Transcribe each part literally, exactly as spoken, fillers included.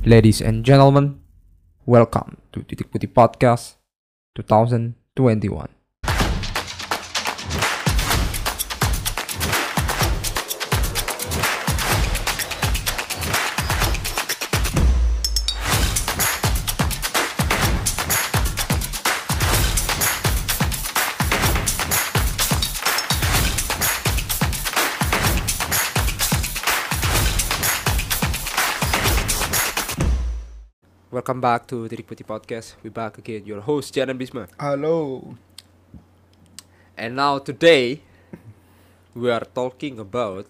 Ladies and gentlemen, welcome to Titik Putih Podcast twenty twenty-one. Welcome back to Titik Putih Podcast. We back again, your host Jan and Bisma. Halo. And now today we are talking about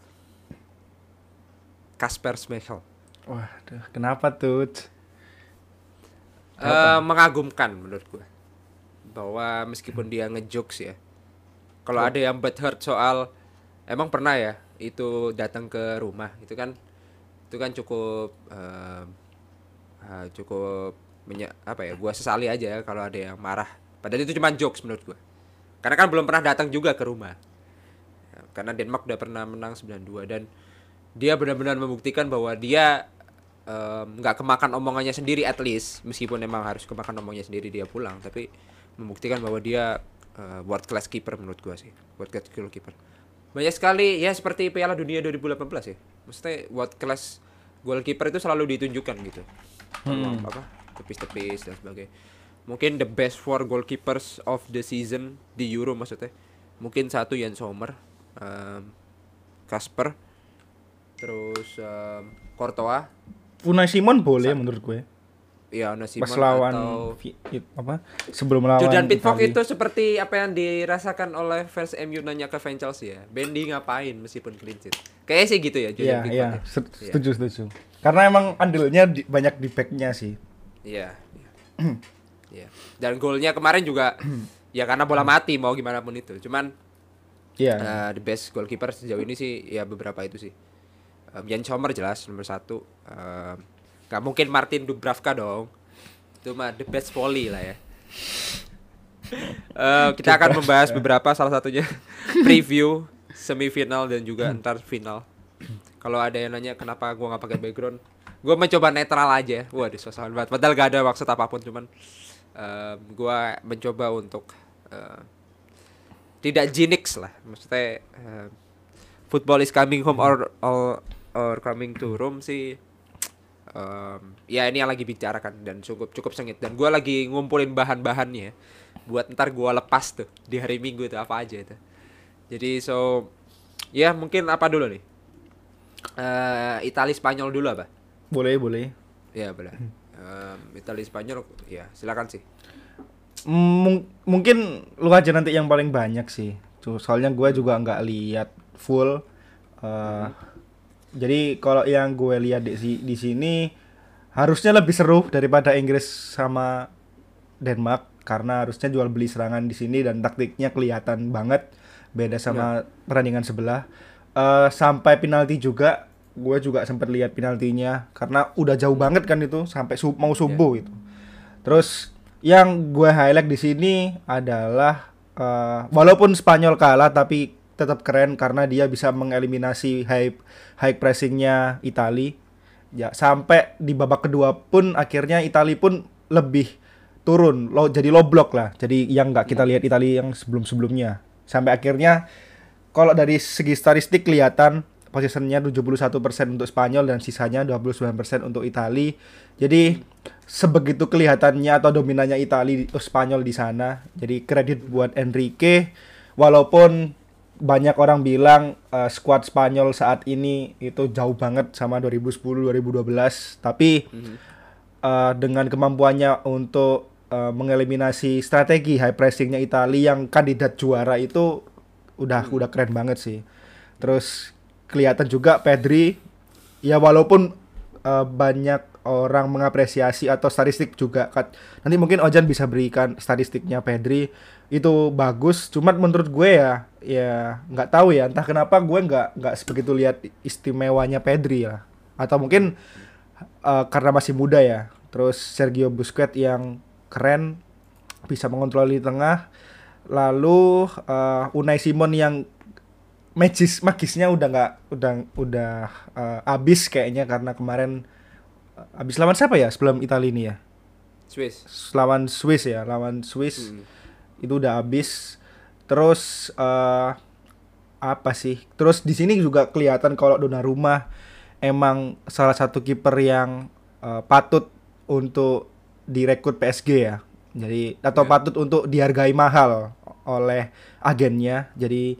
Kasper Schmeichel. Waduh, kenapa tuh? Uh, mengagumkan menurut gue. Bahwa meskipun dia ngejokes ya, kalau ada yang butthurt soal emang pernah ya itu datang ke rumah, itu kan itu kan cukup uh, uh, cukup menye- apa ya? Gue sesali aja kalau ada yang marah. Padahal itu cuma jokes menurut gue. Karena kan belum pernah datang juga ke rumah. Ya, karena Denmark udah pernah menang sembilan dua dan dia benar-benar membuktikan bahwa dia nggak um, kemakan omongannya sendiri, at least meskipun memang harus kemakan omongannya sendiri dia pulang, tapi membuktikan bahwa dia uh, world class keeper menurut gua sih, world class goalkeeper. Banyak sekali ya seperti Piala Dunia dua ribu delapan belas ya, maksudnya world class goalkeeper itu selalu ditunjukkan gitu, hmm. apa tepis-tepis dan sebagainya. Mungkin the best four goalkeepers of the season di Euro maksudnya, mungkin satu Jan Sommer, um, Kasper, terus um, Courtois. Unai Simon boleh Sa- menurut gue. Iya, Unai Simon pas lawan atau vi- apa? Sebelum lawan Jordan Pickford itu seperti apa yang dirasakan oleh fans M U nanya ke fans Chelsea ya. Bendy ngapain meskipun clean sheet. Kayaknya sih gitu ya Jordan Iya, Pickford. iya, Ya. setuju, ya. setuju. Karena emang andilnya di, banyak di back-nya sih. Iya, iya. Iya. Dan golnya kemarin juga ya karena bola mati mau gimana pun itu. Cuman Iya. uh, the best goalkeeper sejauh ini sih ya beberapa itu sih. Um, Jan Sommer jelas nomor satu. Um, gak mungkin Martin Dubravka dong. Itu mah the best volley lah ya. uh, kita akan membahas beberapa, salah satunya preview semifinal dan juga entar final. Kalau ada yang nanya kenapa gue nggak pakai background, gue mencoba netral aja. Waduh, susah banget. Padahal gak ada maksud apapun, cuman um, gue mencoba untuk uh, tidak jinx lah. Maksudnya uh, football is coming home or or, or coming to Rome sih. Um, ya ini yang lagi bicarakan dan cukup cukup sengit, dan gue lagi ngumpulin bahan-bahannya buat ntar gue lepas tuh di hari Minggu itu apa aja itu. Jadi so ya mungkin apa dulu nih, uh, Italia Spanyol dulu apa? Boleh, boleh. Ya boleh. Um, Italia Spanyol ya silakan sih. M- mungkin lu aja nanti yang paling banyak sih. Soalnya gue juga nggak lihat full. Uh, hmm. Jadi kalau yang gue lihat di, di sini harusnya lebih seru daripada Inggris sama Denmark, karena harusnya jual beli serangan di sini dan taktiknya kelihatan banget beda sama ya. Pertandingan sebelah. Uh, sampai penalti juga, gue juga sempat lihat penaltinya karena udah jauh hmm. banget kan itu sampai sub, mau subuh ya. Gitu. Terus yang gue highlight di sini adalah uh, walaupun Spanyol kalah tapi tetap keren karena dia bisa mengeliminasi high high pressingnya Italia. Ya sampai di babak kedua pun akhirnya Italia pun lebih turun, lo jadi low block lah. Jadi yang nggak kita lihat Italia yang sebelum-sebelumnya. Sampai akhirnya kalau dari segi statistik kelihatan posisinya tujuh puluh satu persen untuk Spanyol dan sisanya dua puluh sembilan persen untuk Italia. Jadi sebegitu kelihatannya atau dominannya Italia atau Spanyol di sana. Jadi kredit buat Enrique, walaupun banyak orang bilang uh, skuad Spanyol saat ini itu jauh banget sama dua ribu sepuluh dua ribu dua belas, tapi mm-hmm. uh, dengan kemampuannya untuk uh, mengeliminasi strategi high pressingnya Italia yang kandidat juara itu udah mm. udah keren banget sih. Terus kelihatan juga Pedri, ya walaupun uh, banyak orang mengapresiasi atau statistik juga, nanti mungkin Ojan bisa berikan statistiknya Pedri itu bagus, cuman menurut gue ya ya nggak tahu ya, entah kenapa gue nggak nggak sebegitu lihat istimewanya Pedri ya, atau mungkin uh, karena masih muda ya. Terus Sergio Busquets yang keren bisa mengontrol di tengah, lalu uh, Unai Simon yang magis magisnya udah nggak udah udah uh, abis kayaknya karena kemarin habis lawan siapa ya sebelum Italia ini ya? Swiss. Lawan Swiss ya, lawan Swiss. Hmm. Itu udah habis. Terus eh apa sih? Terus di sini juga kelihatan kalau Donnarumma emang salah satu kiper yang eh, patut untuk direkrut P S G ya. Jadi atau Ya. patut untuk dihargai mahal oleh agennya. Jadi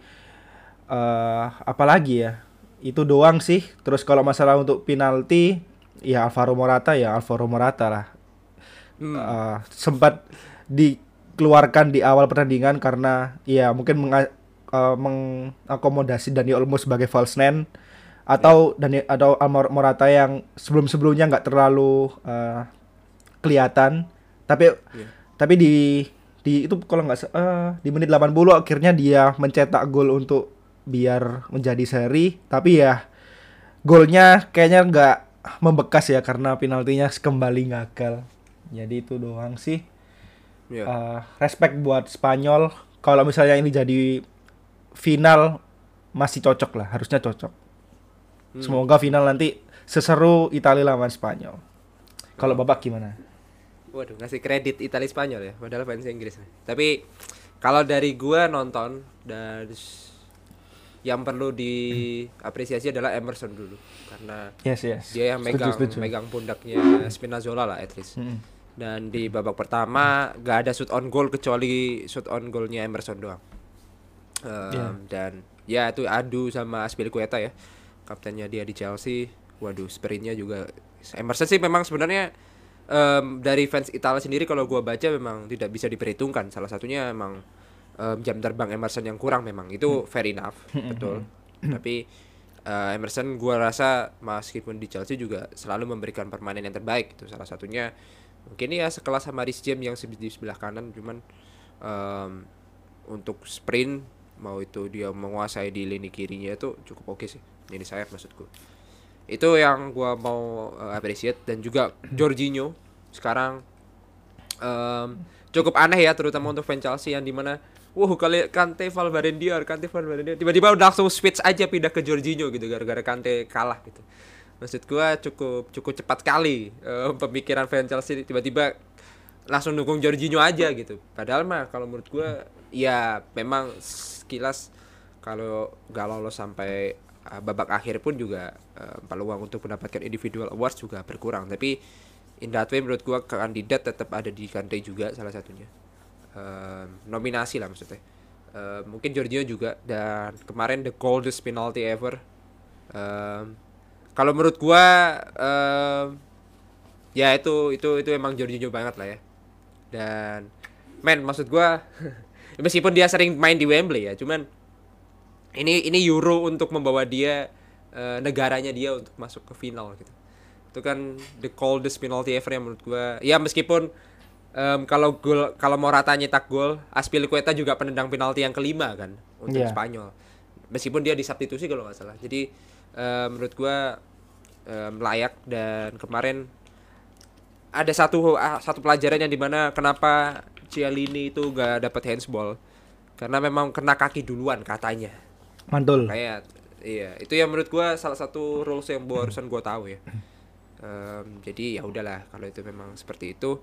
eh apalagi ya? Itu doang sih. Terus kalau masalah untuk penalti ya Alvaro Morata ya Alvaro Morata lah. Hmm. Eh, sempat dikeluarkan di awal pertandingan karena ya mungkin menga- eh, mengakomodasi Dani Olmo sebagai false nine atau Dani atau Alvaro Morata yang sebelum-sebelumnya nggak terlalu eh, kelihatan tapi Ya. tapi di di itu kalau nggak sa- eh, di menit delapan puluh akhirnya dia mencetak gol untuk biar menjadi seri tapi ya golnya kayaknya nggak membekas ya karena penaltinya kembali gagal. Jadi itu doang sih. Ya. Eh, respect buat Spanyol. Kalau misalnya ini jadi final masih cocok lah, harusnya cocok. Hmm. Semoga final nanti seseru Italia lawan Spanyol. Kalau Oh. Bapak gimana? Waduh, ngasih kredit Italia Spanyol ya, padahal fans Inggris. Tapi kalau dari gua nonton dan s- yang perlu diapresiasi adalah Emerson dulu karena Yes, yes. dia yang Setuju, megang setuju. megang pundaknya Spinazzola lah at least. Mm-mm. Dan di babak pertama gak ada shoot on goal kecuali shoot on goalnya Emerson doang. Um, Yeah. Dan ya itu adu sama Aspilicueta ya, kaptennya dia di Chelsea. Waduh, sprintnya juga Emerson sih memang sebenarnya em, dari fans Italia sendiri kalau gua baca memang tidak bisa diperhitungkan. Salah satunya emang em, jam terbang Emerson yang kurang memang itu fair enough, betul. Tapi eh, Emerson gua rasa meskipun di Chelsea juga selalu memberikan permainan yang terbaik itu salah satunya mungkin ya sekelas sama Reece James yang di sebelah kanan cuman em, untuk sprint mau itu dia menguasai di lini kirinya itu cukup oke sih. Lini sayap maksudku. Itu yang gua mau uh, appreciate dan juga Jorginho sekarang em, cukup aneh ya terutama untuk fans Chelsea yang dimana wah kali Kante Valverde Kante Valverde tiba-tiba udah langsung switch aja pindah ke Jorginho gitu gara-gara Kante kalah gitu. Maksud gua cukup cukup cepat kali eh, pemikiran fans Chelsea tiba-tiba langsung dukung Jorginho aja gitu. Padahal mah kalau menurut gua ya memang sekilas kalau nggak lolos sampai uh, babak akhir pun juga uh, peluang untuk mendapatkan individual awards juga berkurang. Tapi in that way menurut gua kandidat tetap ada di Kante juga salah satunya. Um, nominasi lah maksudnya. Uh, mungkin Jorginho juga dan kemarin the coldest penalty ever. Um, kalau menurut gua um, ya itu itu itu emang Jorginho banget lah ya. Dan men maksud gua meskipun dia sering main di Wembley ya, cuman ini ini Euro untuk membawa dia eh, negaranya dia untuk masuk ke final gitu. Itu kan the coldest penalty ever yang menurut gua. Ya meskipun em, kalau gol kalau Morata nyetak gol, Aspilicueta juga penendang penalti yang kelima kan untuk Iya. Spanyol. Meskipun dia disubstitusi kalau nggak salah. Jadi em, menurut gua em, layak dan kemarin ada satu ah, satu pelajaran yang dimana kenapa Chiellini itu gak dapat handsball karena memang kena kaki duluan katanya. Mantul. Kayak iya itu yang menurut gua salah satu rules yang barusan gua tahu ya. Em, jadi ya udahlah kalau itu memang seperti itu.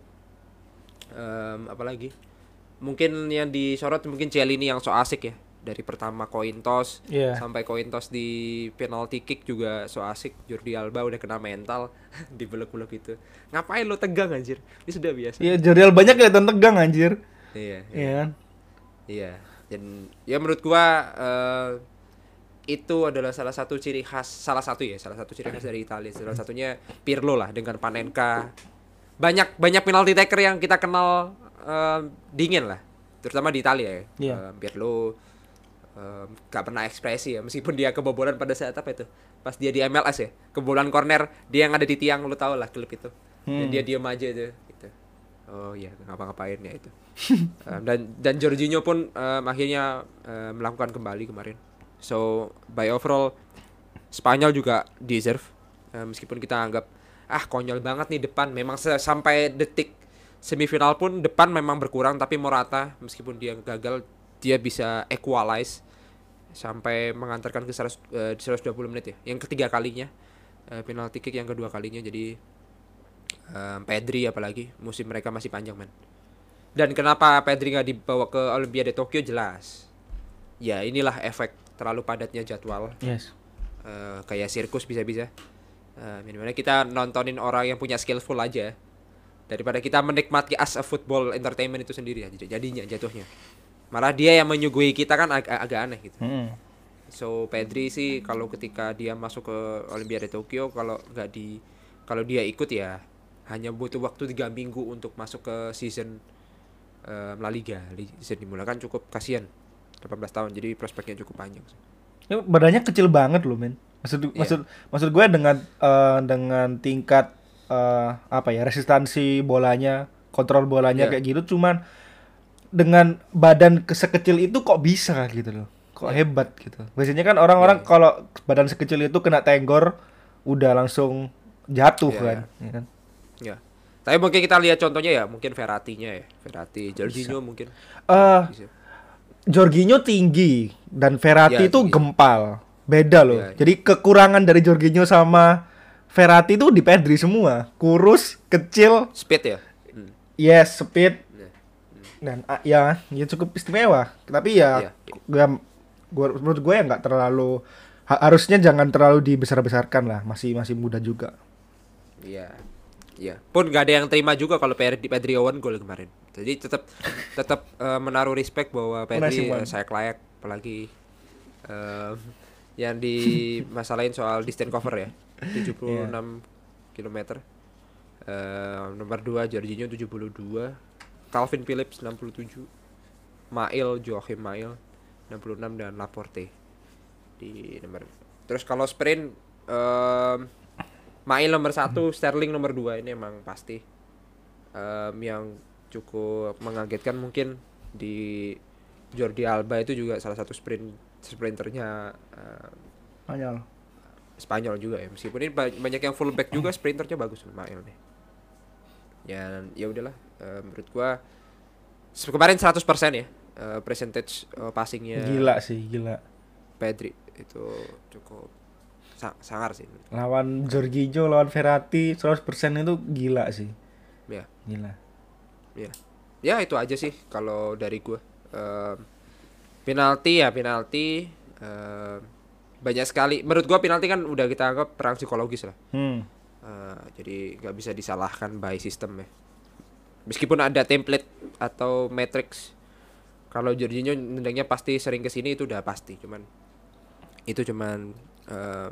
Em, apalagi mungkin yang disorot mungkin Chiellini yang so asik ya dari pertama coin toss Iya. sampai coin toss di penalty kick juga so asik. Jordi Alba udah kena mental di belok-belok itu. Ngapain lo tegang anjir? Ini sudah biasa. Iya, Jordial banyak kelihatan tegang anjir. Iya, iya. Iya kan? Iya. Dan ya menurut gua eh, itu adalah salah satu ciri khas salah satu ya, salah satu ciri khas dari Italia. Salah satunya Pirlo lah dengan Panenka. Banyak banyak penalty taker yang kita kenal eh, dingin lah. Terutama di Italia ya. Iya. Eh, Pirlo eh, gak pernah ekspresi ya meskipun dia kebobolan pada saat apa itu pas dia di M L S ya kebobolan corner dia yang ada di tiang lu tau lah klip itu dan Hmm. dia diem aja itu gitu. Oh iya ngapa-ngapain ya itu. Um, dan dan Jorginho pun um, akhirnya um, melakukan kembali kemarin. So by overall Spanyol juga deserve um, meskipun kita anggap ah konyol banget nih depan memang se- sampai detik semifinal pun depan memang berkurang tapi Morata meskipun dia gagal dia bisa equalize sampai mengantarkan ke seratus, eh, seratus dua puluh menit ya yang ketiga kalinya eh, penalty kick yang kedua kalinya jadi Um, Pedri apalagi musim mereka masih panjang men. Dan kenapa Pedri nggak dibawa ke Olimpiade Tokyo jelas. Ya inilah efek terlalu padatnya jadwal. Yes. Uh, kayak sirkus bisa-bisa. Uh, Dimana kita nontonin orang yang punya skillful aja daripada kita menikmati as a football entertainment itu sendiri ya jadinya jatuhnya. Malah dia yang menyuguhi kita kan ag- agak aneh gitu. Hmm. So Pedri sih kalau ketika dia masuk ke Olimpiade Tokyo kalau nggak di kalau dia ikut ya hanya butuh waktu tiga minggu untuk masuk ke season um, La Liga. Season dimulai kan cukup kasihan delapan belas tahun jadi prospeknya cukup panjang. Ya, badannya kecil banget loh men. Maksud Iya. maksud maksud gue dengan uh, dengan tingkat uh, apa ya resistansi bolanya, kontrol bolanya Iya. kayak gitu, cuman dengan badan sekecil itu kok bisa gitu loh. Kok Iya. hebat gitu. Biasanya kan orang-orang Iya. kalau badan sekecil itu kena tenggor udah langsung jatuh Iya, kan, iya. ya kan? Ya. Tapi mungkin kita lihat contohnya ya, mungkin Verratti-nya ya. Verratti, Jorginho mungkin. Eh Bisa. Jorginho tinggi dan Verratti Ya, itu tinggi. gempal. Beda loh. Ya, ya. Jadi kekurangan dari Jorginho sama Verratti itu di Pedri semua. Kurus, kecil, Speed ya. Hmm. yes, speed Ya. dan ah, ya, ya cukup istimewa. Tapi ya, Iya. gua, gua menurut gue ya nggak terlalu ha- harusnya jangan terlalu dibesar-besarkan lah. Masih masih muda juga. Iya. Iya. Pun gak ada yang terima juga kalau Pedri, Pedri Owen gol kemarin. Jadi tetap tetap eh, menaruh respect bahwa Pedri Simon. eh, saya layak apalagi em, yang dimasalahin soal distance cover ya. tujuh puluh enam kilometer. Eh, nomor dua Jorginho tujuh puluh dua, Calvin Phillips enam puluh tujuh, Mail Joachim Mail enam puluh enam dan Laporte di nomor. Terus kalau sprint em, Mail nomor satu, Sterling nomor dua ini emang pasti um, yang cukup mengagetkan mungkin di Jordi Alba itu juga salah satu sprint sprinternya uh, Spanyol. Spanyol juga ya meskipun ini ba- banyak yang fullback juga sprinternya bagus Mail nih. Ya ya udahlah uh, menurut gua se- kemarin seratus persen ya uh, percentage uh, passingnya Gila sih, gila. Pedri itu cukup sa- sangar sih. Lawan Jorginho, lawan Verratti seratus persen itu gila sih. Ya. Gila. Ya, ya itu aja sih kalau dari gue. Um, penalti ya penalti. Um, banyak sekali. Menurut gue penalti kan udah kita anggap perang psikologis lah. Hmm. Uh, jadi nggak bisa disalahkan by system ya. Meskipun ada template atau matrix. Kalau Jorginho nendangnya pasti sering kesini itu udah pasti. Cuman itu cuman um,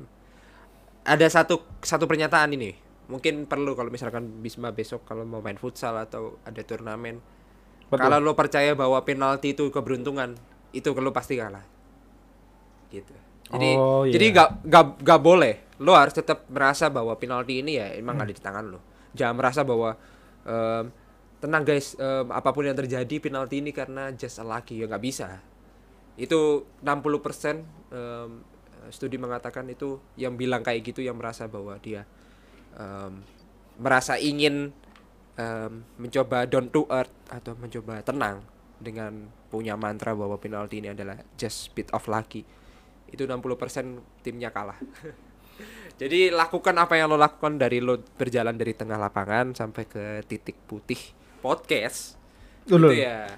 ada satu satu pernyataan ini. Mungkin perlu kalau misalkan Bisma besok kalau mau main futsal atau ada turnamen. Betul. Kalau lo percaya bahwa penalti itu keberuntungan, itu lo pasti kalah. Gitu. Jadi Oh, iya. jadi gak, gak, gak boleh. Lo harus tetap merasa bahwa penalti ini ya emang ada di tangan lo. Jangan merasa bahwa em, tenang guys, em, apapun yang terjadi penalti ini karena just a lucky, ya nggak bisa. Itu enam puluh persen em, studi mengatakan itu yang bilang kayak gitu yang merasa bahwa dia um, merasa ingin um, mencoba down to earth atau mencoba tenang dengan punya mantra bahwa penalti ini adalah just bit of lucky. Itu enam puluh persen timnya kalah. Jadi lakukan apa yang lo lakukan dari lo berjalan dari tengah lapangan sampai ke titik putih podcast. Dulu. Itu ya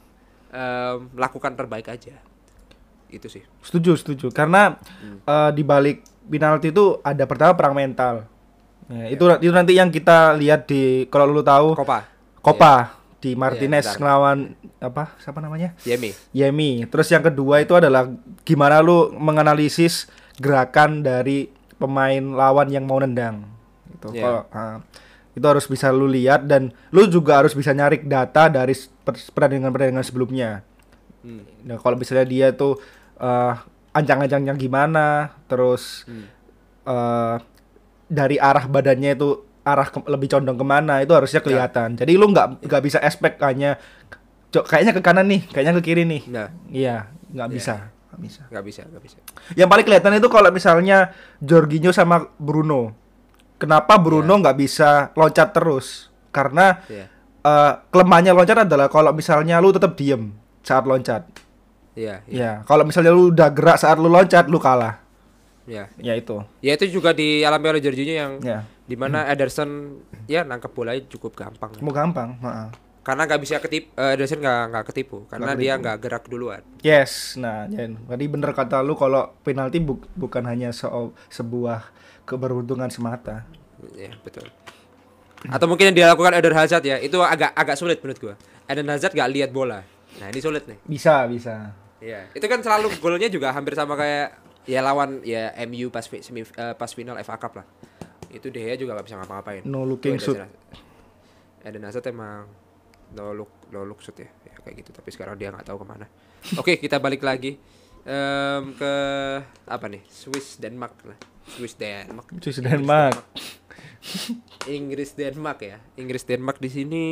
um, lakukan terbaik aja. Itu sih. Setuju, setuju. Karena eh, di balik penalti itu ada pertama perang mental. Ya, itu itu nanti yang kita lihat di kalau lu tahu Copa. Copa di Martinez Iya, benar. ngelawan apa siapa namanya? Yemi. Yemi. Terus yang kedua itu adalah gimana lu menganalisis gerakan dari pemain lawan yang mau nendang. Gitu. Iya. Kalau ah, itu harus bisa lu lihat dan lu juga harus bisa nyari data dari per- pertandingan-pertandingan sebelumnya. Hmm. Nah, kalau misalnya dia tuh eh, ancang-ancangnya gimana, terus Hmm. eh, dari arah badannya itu arah ke- lebih condong kemana itu harusnya Ya. kelihatan. Jadi lu nggak nggak bisa expect hanya "Cok, kayaknya ke kanan nih, kayaknya ke kiri nih." Nah, Iya, nggak Ya. bisa, nggak bisa. nggak bisa, nggak bisa. Yang paling kelihatan itu kalau misalnya Jorginho sama Bruno. Kenapa Bruno Ya. nggak bisa loncat terus? Karena Ya. eh, kelemahannya loncat adalah kalau misalnya lu tetap diem saat loncat. Iya, iya. Ya, kalau misalnya lu udah gerak saat lu loncat, lu kalah. Ya. Ya itu. Ya itu juga dialami oleh Jorginho yang Ya. Dimana Ederson ya nangkep bolanya cukup gampang. Mau gampang, heeh. Karena nggak bisa ketip, uh, Ederson nggak nggak ketipu karena Nggak dia ketipu. nggak gerak duluan. Yes, nah Jen, tadi bener kata lu kalau penalti bu- bukan hanya so- sebuah keberuntungan semata. Ya betul. Atau mungkin yang dilakukan Eden Hazard ya itu agak agak sulit menurut gua. Eden Hazard nggak lihat bola. Nah ini sulit nih. Bisa, bisa. Iya. Itu kan selalu golnya juga hampir sama kayak ya lawan ya M U pas fi- semi, uh, pas final F A Cup lah. Itu De Gea juga nggak bisa ngapa-ngapain. No looking Tuh, shoot. Eden Hazard. Eden Hazard emang no look no look shoot ya. Ya kayak gitu. Tapi sekarang dia nggak tahu kemana. Oke kita balik lagi Em, ke apa nih Swiss Denmark lah. Swiss Denmark. Swiss Denmark. Inggris Denmark ya. Inggris Denmark di sini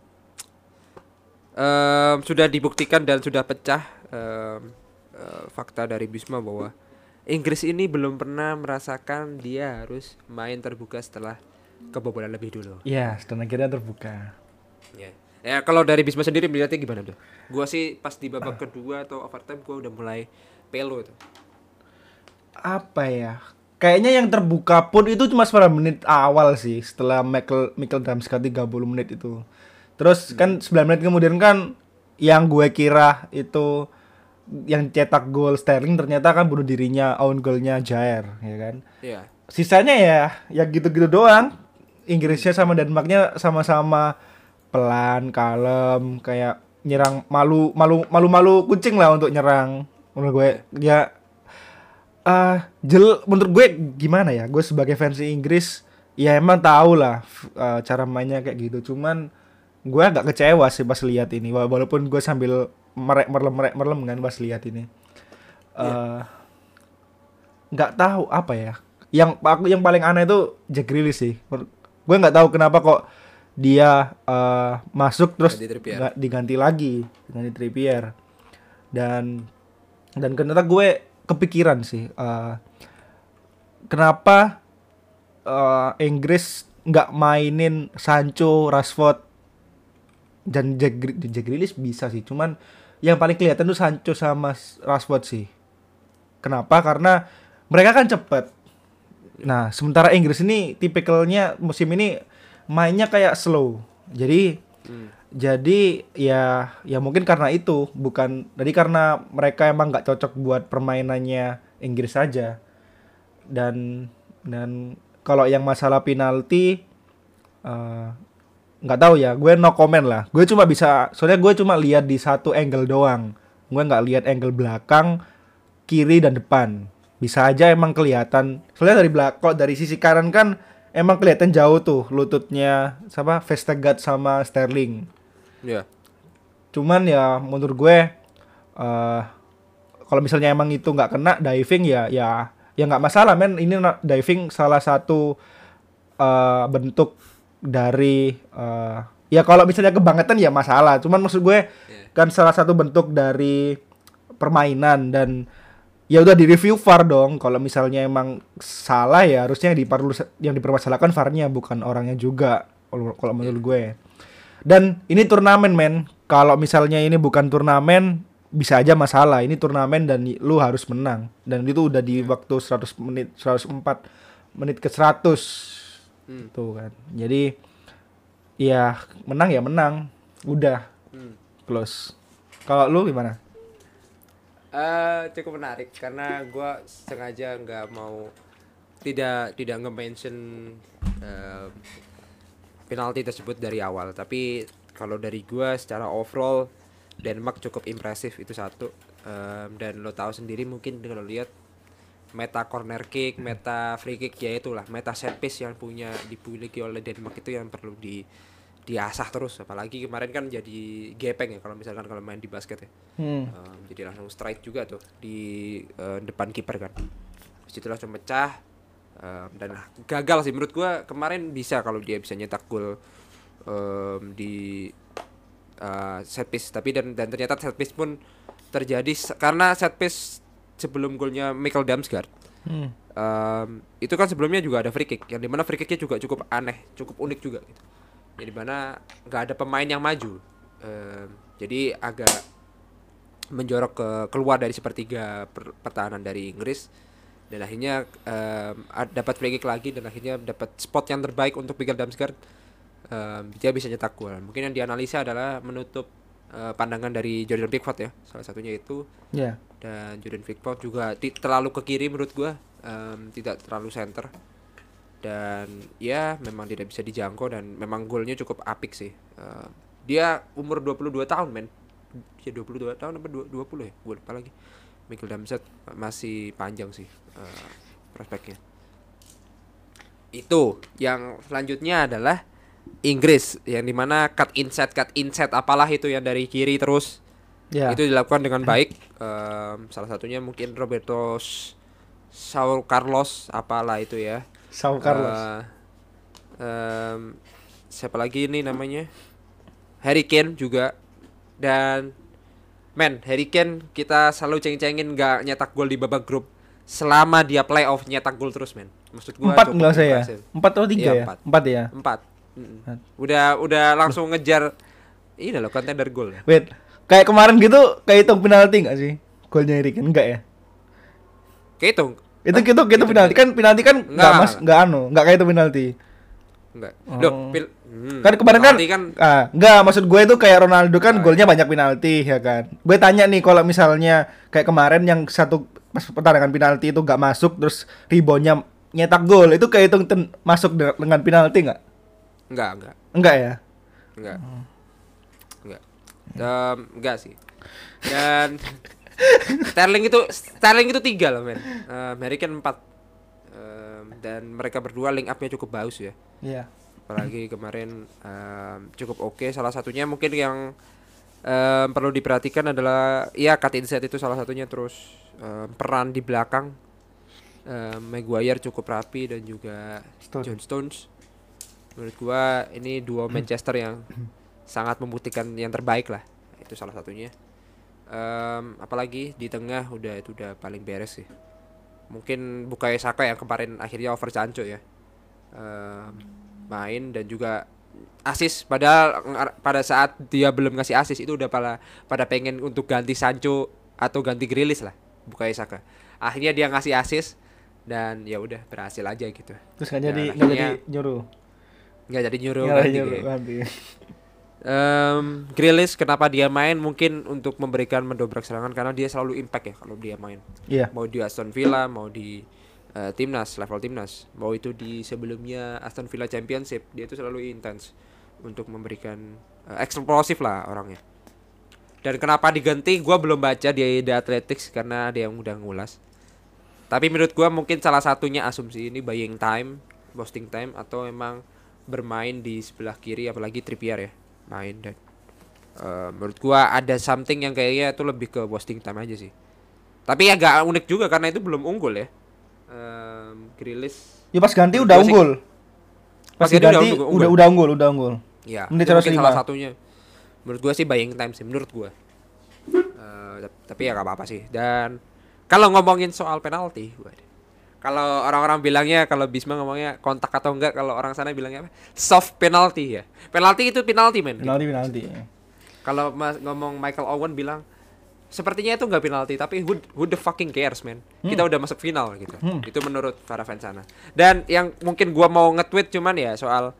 em, sudah dibuktikan dan sudah pecah em, eh, fakta dari Bisma bahwa Inggris ini belum pernah merasakan dia harus main terbuka setelah kebobolan lebih dulu. Ya, dan akhirnya terbuka. Ya. Ya kalau dari Bisma sendiri melihatnya gimana tuh? Gua sih pas di babak kedua atau overtime gua udah mulai pelo tuh. Apa ya? Kayaknya yang terbuka pun itu cuma sepuluh menit awal sih, setelah Michael Michael Damsgaard tiga puluh menit itu. Terus kan sembilan menit kemudian kan yang gue kira itu yang cetak gol Sterling ternyata kan bunuh dirinya, own goalnya Jair, ya kan. Iya. Sisanya ya ya gitu-gitu doang. Inggrisnya sama Denmarknya sama-sama pelan, kalem, kayak nyerang malu malu malu malu kucing lah untuk nyerang. Menurut gue ya ah jel menurut gue gimana ya? Gue sebagai fans Inggris ya emang tahu lah f- eh, cara mainnya kayak gitu. Cuman gue agak kecewa sih pas lihat ini. Wa- Walaupun gue sambil merek merlem merek merlem kan pas lihat ini. Eh nggak tahu apa ya. Yang aku yang paling aneh itu Jack Grealish sih. Menur- Gue nggak tahu kenapa kok dia eh, masuk terus Ganti Trippier. nggak diganti lagi dengan Trippier. Dan dan ternyata gue kepikiran sih eh, kenapa eh, Inggris nggak mainin Sancho, Rashford dan Jack, Gri- Jack Grealish bisa sih. Cuman yang paling kelihatan tuh Sancho sama Rashford sih. Kenapa? Karena mereka kan cepet. Nah, sementara Inggris ini tipikalnya musim ini mainnya kayak slow. Jadi Hmm. jadi ya ya mungkin karena itu, bukan jadi karena mereka emang nggak cocok buat permainannya Inggris saja. Dan dan kalau yang masalah penalti eh, nggak tahu ya, gue no comment lah. Gue cuma bisa, soalnya gue cuma lihat di satu angle doang. Gue nggak lihat angle belakang, kiri dan depan. Bisa aja emang kelihatan. Soalnya dari belakang, dari sisi kanan kan emang kelihatan jauh tuh lututnya siapa Vestergaard sama Sterling. Iya. Cuman ya menurut gue eh kalau misalnya emang itu nggak kena diving ya ya ya nggak masalah men. Ini na- diving salah satu eh, bentuk dari eh, ya kalau misalnya kebangetan ya masalah. Cuman maksud gue Iya. kan salah satu bentuk dari permainan dan ya udah di review V A R dong. Kalau misalnya emang salah ya harusnya yang diperlu yang dipermasalahkan V A R-nya bukan orangnya juga kalau kalau menurut gue. Dan ini turnamen men. Kalau misalnya ini bukan turnamen bisa aja masalah. Ini turnamen dan lu harus menang. Dan itu udah di waktu seratus menit, seratus empat menit ke seratus. Hmm. Tuh kan. Jadi ya menang ya menang. Udah Hmm. close. Kalau lu gimana? Eh, cukup menarik karena gue sengaja nggak mau tidak tidak nge-mention eh, penalti tersebut dari awal. Tapi kalau dari gue secara overall Denmark cukup impresif itu satu. Em, dan lo tahu sendiri mungkin kalau lihat meta corner kick, meta free kick ya itulah meta set piece yang punya dimiliki oleh Denmark itu yang perlu di diasah terus. Apalagi kemarin kan jadi gepeng ya kalau misalkan kalau main di basket ya. Hmm. Um, jadi langsung strike juga tuh di uh, depan kiper kan. Terus itu langsung pecah um, dan gagal sih menurut gua kemarin bisa kalau dia bisa nyetak gol um, di uh, set piece tapi dan dan ternyata set piece pun terjadi se- karena set piece sebelum golnya Michael Damsgaard. Hmm. Um, itu kan sebelumnya juga ada free kick yang dimana free kicknya juga cukup aneh, cukup unik juga gitu. Yang dimana nggak ada pemain yang maju. Um, jadi agak menjorok ke keluar dari sepertiga per, pertahanan dari Inggris dan akhirnya um, ad- dapat free kick lagi dan akhirnya dapat spot yang terbaik untuk Mikkel Damsgaard. Um, dia bisa nyetak gol. Mungkin yang dianalisa adalah menutup uh, pandangan dari Jordan Pickford ya, salah satunya itu. Ya. Dan Jordan Pickford juga ti- terlalu ke kiri menurut gua, um, tidak terlalu center. Dan ya memang tidak bisa dijangkau dan memang golnya cukup apik sih. Uh, dia umur dua puluh dua tahun men. Ya dua puluh dua tahun apa dua puluh ya? Gue lupa lagi. Mikkel Damsgaard masih panjang sih uh, prospeknya. Itu yang selanjutnya adalah Inggris yang dimana cut inside cut inside apalah itu yang dari kiri terus Ya. itu dilakukan dengan baik. Um, salah satunya mungkin Roberto Saul Carlos apalah itu ya. Saul Carlos. Uh, um, siapa lagi ini namanya? Harry Kane juga. Dan men, Harry Kane kita selalu ceng-cengin gak nyetak gol di babak grup selama dia playoff nyetak gol terus men. Maksud gua Empat cukup nggak saya? impressive. Empat atau tiga Iya, ya? empat. Empat ya. Empat. Mm-mm. Udah udah langsung ngejar ini loh contender gol. Wait, kayak kemarin gitu kayak hitung penalti nggak sih? Golnya Harry Kane enggak ya? Kehitung. Itu Hah? gitu gitu penalti kan penalti kan Enggak, nggak mas enggak. nggak anu nggak kayak itu penalti. Enggak. Oh. Loh, pil- hmm, Kan kemarin kan, penalti kan ah nggak maksud gue itu kayak Ronaldo kan Oh, golnya banyak penalti ya kan. Gue tanya nih kalau misalnya kayak kemarin yang satu pas pertandingan penalti itu nggak masuk terus reboundnya nyetak gol itu kayak itu ten- masuk de- dengan penalti nggak? enggak, enggak. Enggak ya? Enggak. Enggak. Um, enggak sih. Dan Sterling itu Sterling itu tiga loh men. Um, Harry Kane empat. Um, dan mereka berdua link up-nya cukup bagus ya. Iya. Apalagi kemarin um, cukup oke. Salah satunya mungkin yang um, perlu diperhatikan adalah ya cut inside itu salah satunya, terus um, peran di belakang um, Maguire cukup rapi dan juga Stone. John Stones. Menurut gua ini duo Manchester yang sangat membuktikan yang terbaik lah. Itu salah satunya. Um, apalagi di tengah udah itu udah paling beres sih. Mungkin Bukayo Saka yang kemarin akhirnya over Sancho ya. Um, main dan juga asis, padahal ng- pada saat dia belum ngasih asis itu udah pada pada pengen untuk ganti Sancho atau ganti Grealish lah Bukayo Saka. Akhirnya dia ngasih asis dan ya udah berhasil aja gitu. Terus nggak Dan jadi nggak jadi akhirnya nyuruh. nggak jadi nyuruh Nggak ganti nyuruh kayak. ganti. Um, Grealish kenapa dia main mungkin untuk memberikan mendobrak serangan karena dia selalu impact ya kalau dia main. Iya. Mau di Aston Villa, mau di uh, timnas, level timnas, mau itu di sebelumnya Aston Villa Championship, dia itu selalu intens untuk memberikan uh, eksplosif lah orangnya. Dan kenapa diganti? Gua belum baca di The Athletics karena ada yang udah ngulas. Tapi menurut gua mungkin salah satunya asumsi ini buying time, boosting time, atau emang bermain di sebelah kiri apalagi Trippier ya main dan uh, menurut gua ada something yang kayaknya itu lebih ke boosting time aja sih. Tapi agak unik juga karena itu belum unggul ya. Um, Grealish. Ya pas ganti Menurut udah gua sih- unggul. Pas Pas ganti udah ganti unggul, udah unggul. udah unggul, udah unggul. Ya, Menit itu mungkin seratus lima. salah satunya. Menurut gua sih buying time sih menurut gua. Uh, tapi ya gak apa-apa sih. Dan kalau ngomongin soal penalti, waduh. Kalau orang-orang bilangnya, kalau Bisma ngomongnya kontak atau enggak, kalau orang sana bilangnya apa? Soft penalty ya. Penalti itu penalti men. Penalti penalti. Kalau mas ngomong Michael Owen bilang sepertinya itu nggak penalti, tapi who, who the fucking cares man. Kita udah masuk final gitu. Hmm. Itu menurut para fans sana. Dan yang mungkin gua mau nge-tweet cuman ya soal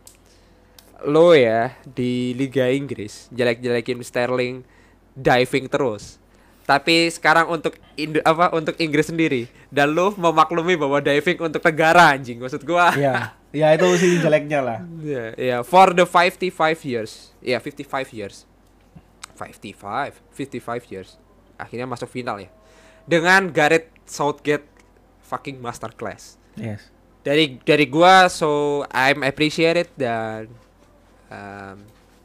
lo ya di Liga Inggris jelek-jelekin Sterling diving terus. Tapi sekarang untuk Indo, apa untuk Inggris sendiri dan lo memaklumi bahwa diving untuk negara anjing maksud gua. Iya. Ya itu sih jeleknya lah. Ya, ya, for the fifty-five years. Ya, fifty-five years. fifty-five, fifty-five years. Akhirnya masuk final ya. Dengan Gareth Southgate fucking masterclass. Yes. Dari dari gua so I'm appreciate it dan um,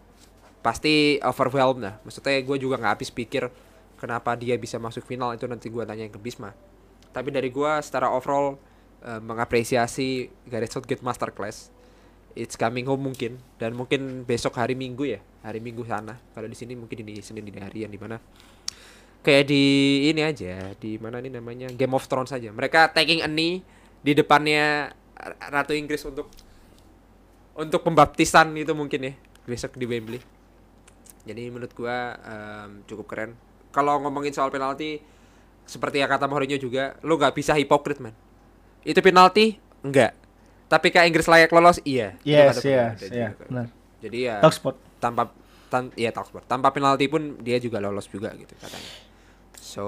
pasti overwhelmed lah. Maksudnya gua juga nggak habis pikir kenapa dia bisa masuk final, itu nanti gua tanya ke Bisma. Tapi dari gua secara overall uh, mengapresiasi Gareth Southgate masterclass. It's coming home mungkin dan mungkin besok hari Minggu ya, hari Minggu sana. Kalau di sini mungkin di Senin dini hari yang di mana kayak di ini aja, di mana ini namanya Game of Thrones aja. Mereka taking a knee di depannya Ratu Inggris untuk untuk pembaptisan itu mungkin ya besok di Wembley. Jadi menurut gua um, cukup keren. Kalau ngomongin soal penalti seperti yang kata Mourinho juga, lu nggak bisa hipokrit man. Itu penalti? Enggak. Tapi kayak Inggris layak lolos? Iya. Yes, yes, iya, benar. Jadi ya Talksport. tanpa tan ya Talksport. Tanpa penalti pun dia juga lolos juga gitu katanya. So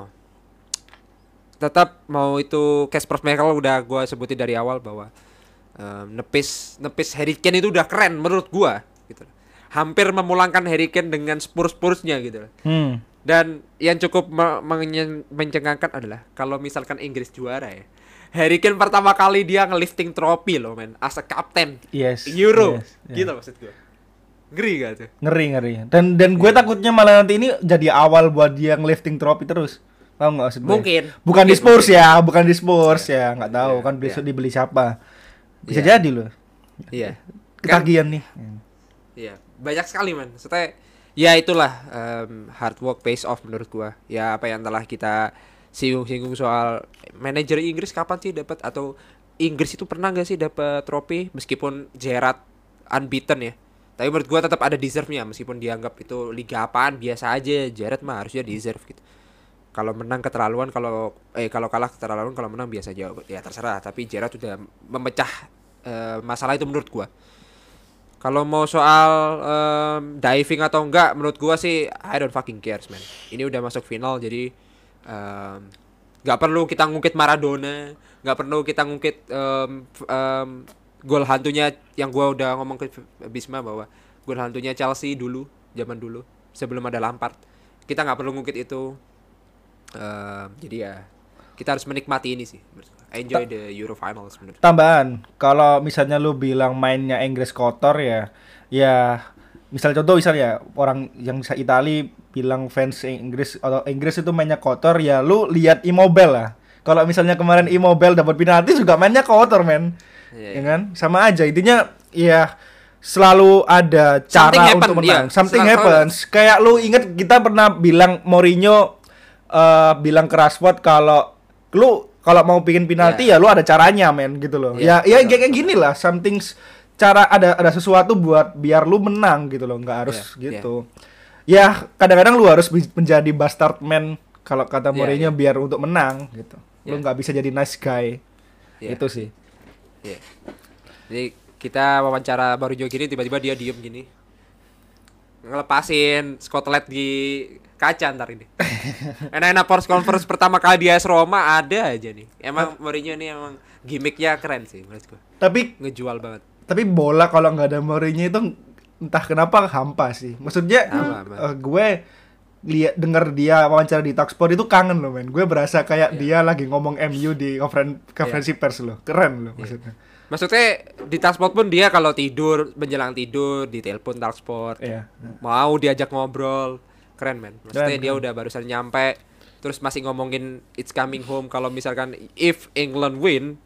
tetap mau itu Kasper Schmeichel udah gua sebutin dari awal bahwa um, nepis nepis Harry Kane itu udah keren menurut gua gitu. Hampir memulangkan Harry Kane dengan Spurs-Spursnya gitu. Hmm. Dan yang cukup me- menyen- mencengangkan adalah kalau misalkan Inggris juara ya, Harry Kane pertama kali dia ngelifting trofi loh men, as a captain Yes. Euro, Yes, yeah. gitu maksud gue. Ngeri gak tuh? Ngeri ngeri. Dan dan gue Iya. takutnya malah nanti ini jadi awal buat dia ngelifting trofi terus. Tahu nggak maksud gue? Mungkin. Bukan Mungkin, di Spurs mungkin. ya, bukan di Spurs ya, nggak tahu Iya, kan besok iya. dibeli siapa. Bisa Iya. jadi loh. Iya. Kan, Ketagihan nih. iya. Banyak sekali man. Maksudnya ya itulah um, hard work pays off menurut gua. Ya apa yang telah kita singgung-singgung soal manajer Inggris kapan sih dapat atau Inggris itu pernah gak sih dapat trofi meskipun Gerrard unbeaten ya. Tapi menurut gua tetap ada deserve-nya meskipun dianggap itu liga apaan biasa aja. Gerrard mah harusnya deserve gitu. Kalau menang keterlaluan, kalau eh kalau kalah keterlaluan, kalau menang biasa aja ya terserah. Tapi Gerrard sudah memecah uh, masalah itu menurut gua. Kalau mau soal um, diving atau enggak, menurut gua sih I don't fucking cares man. Ini udah masuk final jadi um, nggak perlu kita ngungkit Maradona, nggak perlu kita ngungkit um, um, gol hantunya yang gua udah ngomong ke Bisma bahwa gol hantunya Chelsea dulu, zaman dulu sebelum ada Lampard. Kita nggak perlu ngungkit itu. Um, jadi ya kita harus menikmati ini sih. Enjoy the Euro Finals menurut. Tambahan, kalau misalnya lu bilang mainnya Inggris kotor ya, ya misal contoh misal ya orang yang Itali bilang fans Inggris atau Inggris itu mainnya kotor ya, lu lihat Immobile lah. Kalau misalnya kemarin Immobile dapat penalti juga mainnya kotor men, Iya, ya kan? Sama aja intinya ya selalu ada Something cara happen, untuk menang. iya. Something Selalu- happens. Kayak lu inget kita pernah bilang Mourinho eh, bilang ke Rashford kalau lu kalau mau bikin penalti Yeah. ya lu ada caranya men gitu loh. Yeah, ya ya betul, kayak gini lah, something s- cara ada ada sesuatu buat biar lu menang gitu loh, nggak harus Yeah, gitu. Ya kadang-kadang lu harus bi- menjadi bastard man kalau kata Yeah, Mourinho yeah. biar untuk menang gitu. Lu Yeah. nggak bisa jadi nice guy. Yeah. Itu sih. Iya. Jadi kita wawancara baru juga gini tiba-tiba dia diem gini. Ngelepasin Scotland di kaca ntar ini. Enak-enak press conference pertama kali di A S Roma ada aja nih. Emang Mourinho ini emang gimmicknya keren sih menurut gua. Tapi Ngejual banget. tapi bola kalau nggak ada Mourinho itu entah kenapa hampa sih. Maksudnya Hampa, Bang. eh, gue lihat denger dia wawancara di Talksport itu kangen loh men. Gue berasa kayak Iya. dia lagi ngomong M U di konferen konferensi pers loh. Keren loh maksudnya. Maksudnya di Talksport pun dia kalau tidur menjelang tidur di telepon Talksport. Iya. Mau diajak ngobrol. Keren men. Maksudnya Keren, dia keren. udah barusan nyampe terus masih ngomongin it's coming home kalau misalkan if England win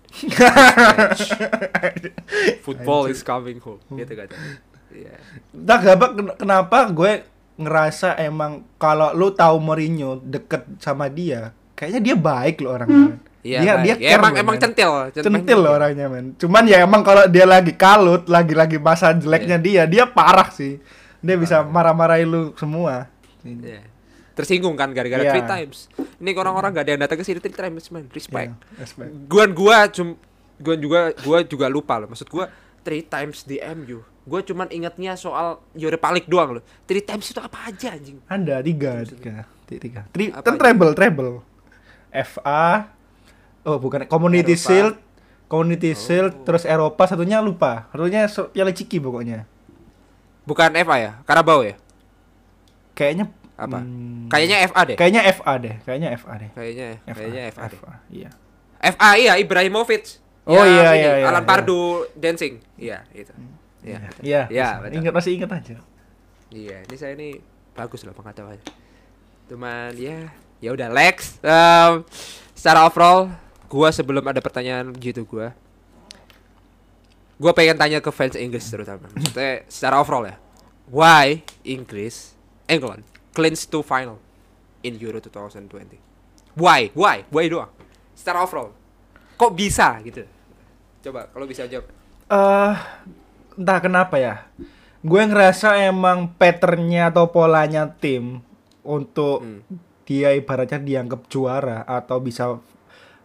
football is coming home gitu kan. Iya. Entah kenapa kenapa gue ngerasa emang kalau lu tahu Mourinho deket sama dia, kayaknya dia baik loh orangnya. men. Iya, dia baik. dia Ya, care emang loh, emang men. centil, Centil loh orangnya men. Cuman ya emang kalau dia lagi kalut, lagi-lagi masa jeleknya dia, dia parah sih. Dia bisa marah-marahin lu semua. Iya. Tersinggung kan gara-gara Iya. three times. Ini orang-orang gak ada yang datang ke sini three times man, respect. Iya, respect. Guan gua cum gua juga gua juga lupa loh. Maksud gua three times di M U. Gua cuman ingatnya soal Europa League doang loh. Three times itu apa aja anjing? Ada tiga, tiga, Ti- tiga. Tri, Apa kan aja? treble, treble. F A, oh bukan Community Eropa. Shield, Community Oh. Shield, terus Eropa satunya lupa. Satunya so- Piala Ciki pokoknya. Bukan F A ya? Carabao ya? Kayaknya Apa? hmm, Kayaknya F A deh. Kayaknya F A deh, kayaknya F A deh. Kayaknya kayaknya F A deh. F A, iya. F A iya Ibrahimovic. Oh, Yang iya, ini, iya, iya, Alan iya. Pardew dancing. Iya, itu. Iya. betul. Iya, Iya, masih- betul. ingat masih ingat aja. Iya, ini saya ini bagus loh pengetahuannya. Cuman ya, ya udah Lex. Um, secara overall, gua sebelum ada pertanyaan gitu gua, gua pengen tanya ke fans Inggris terutama. Maksudnya secara overall ya, why Inggris, England clinch to final in Euro twenty twenty? Why? Why? Why doang? Secara overall, kok bisa gitu? Coba kalau bisa jawab. Eh, entah kenapa ya. Gue ngerasa emang patternnya atau polanya tim untuk Hmm. dia ibaratnya dianggap juara atau bisa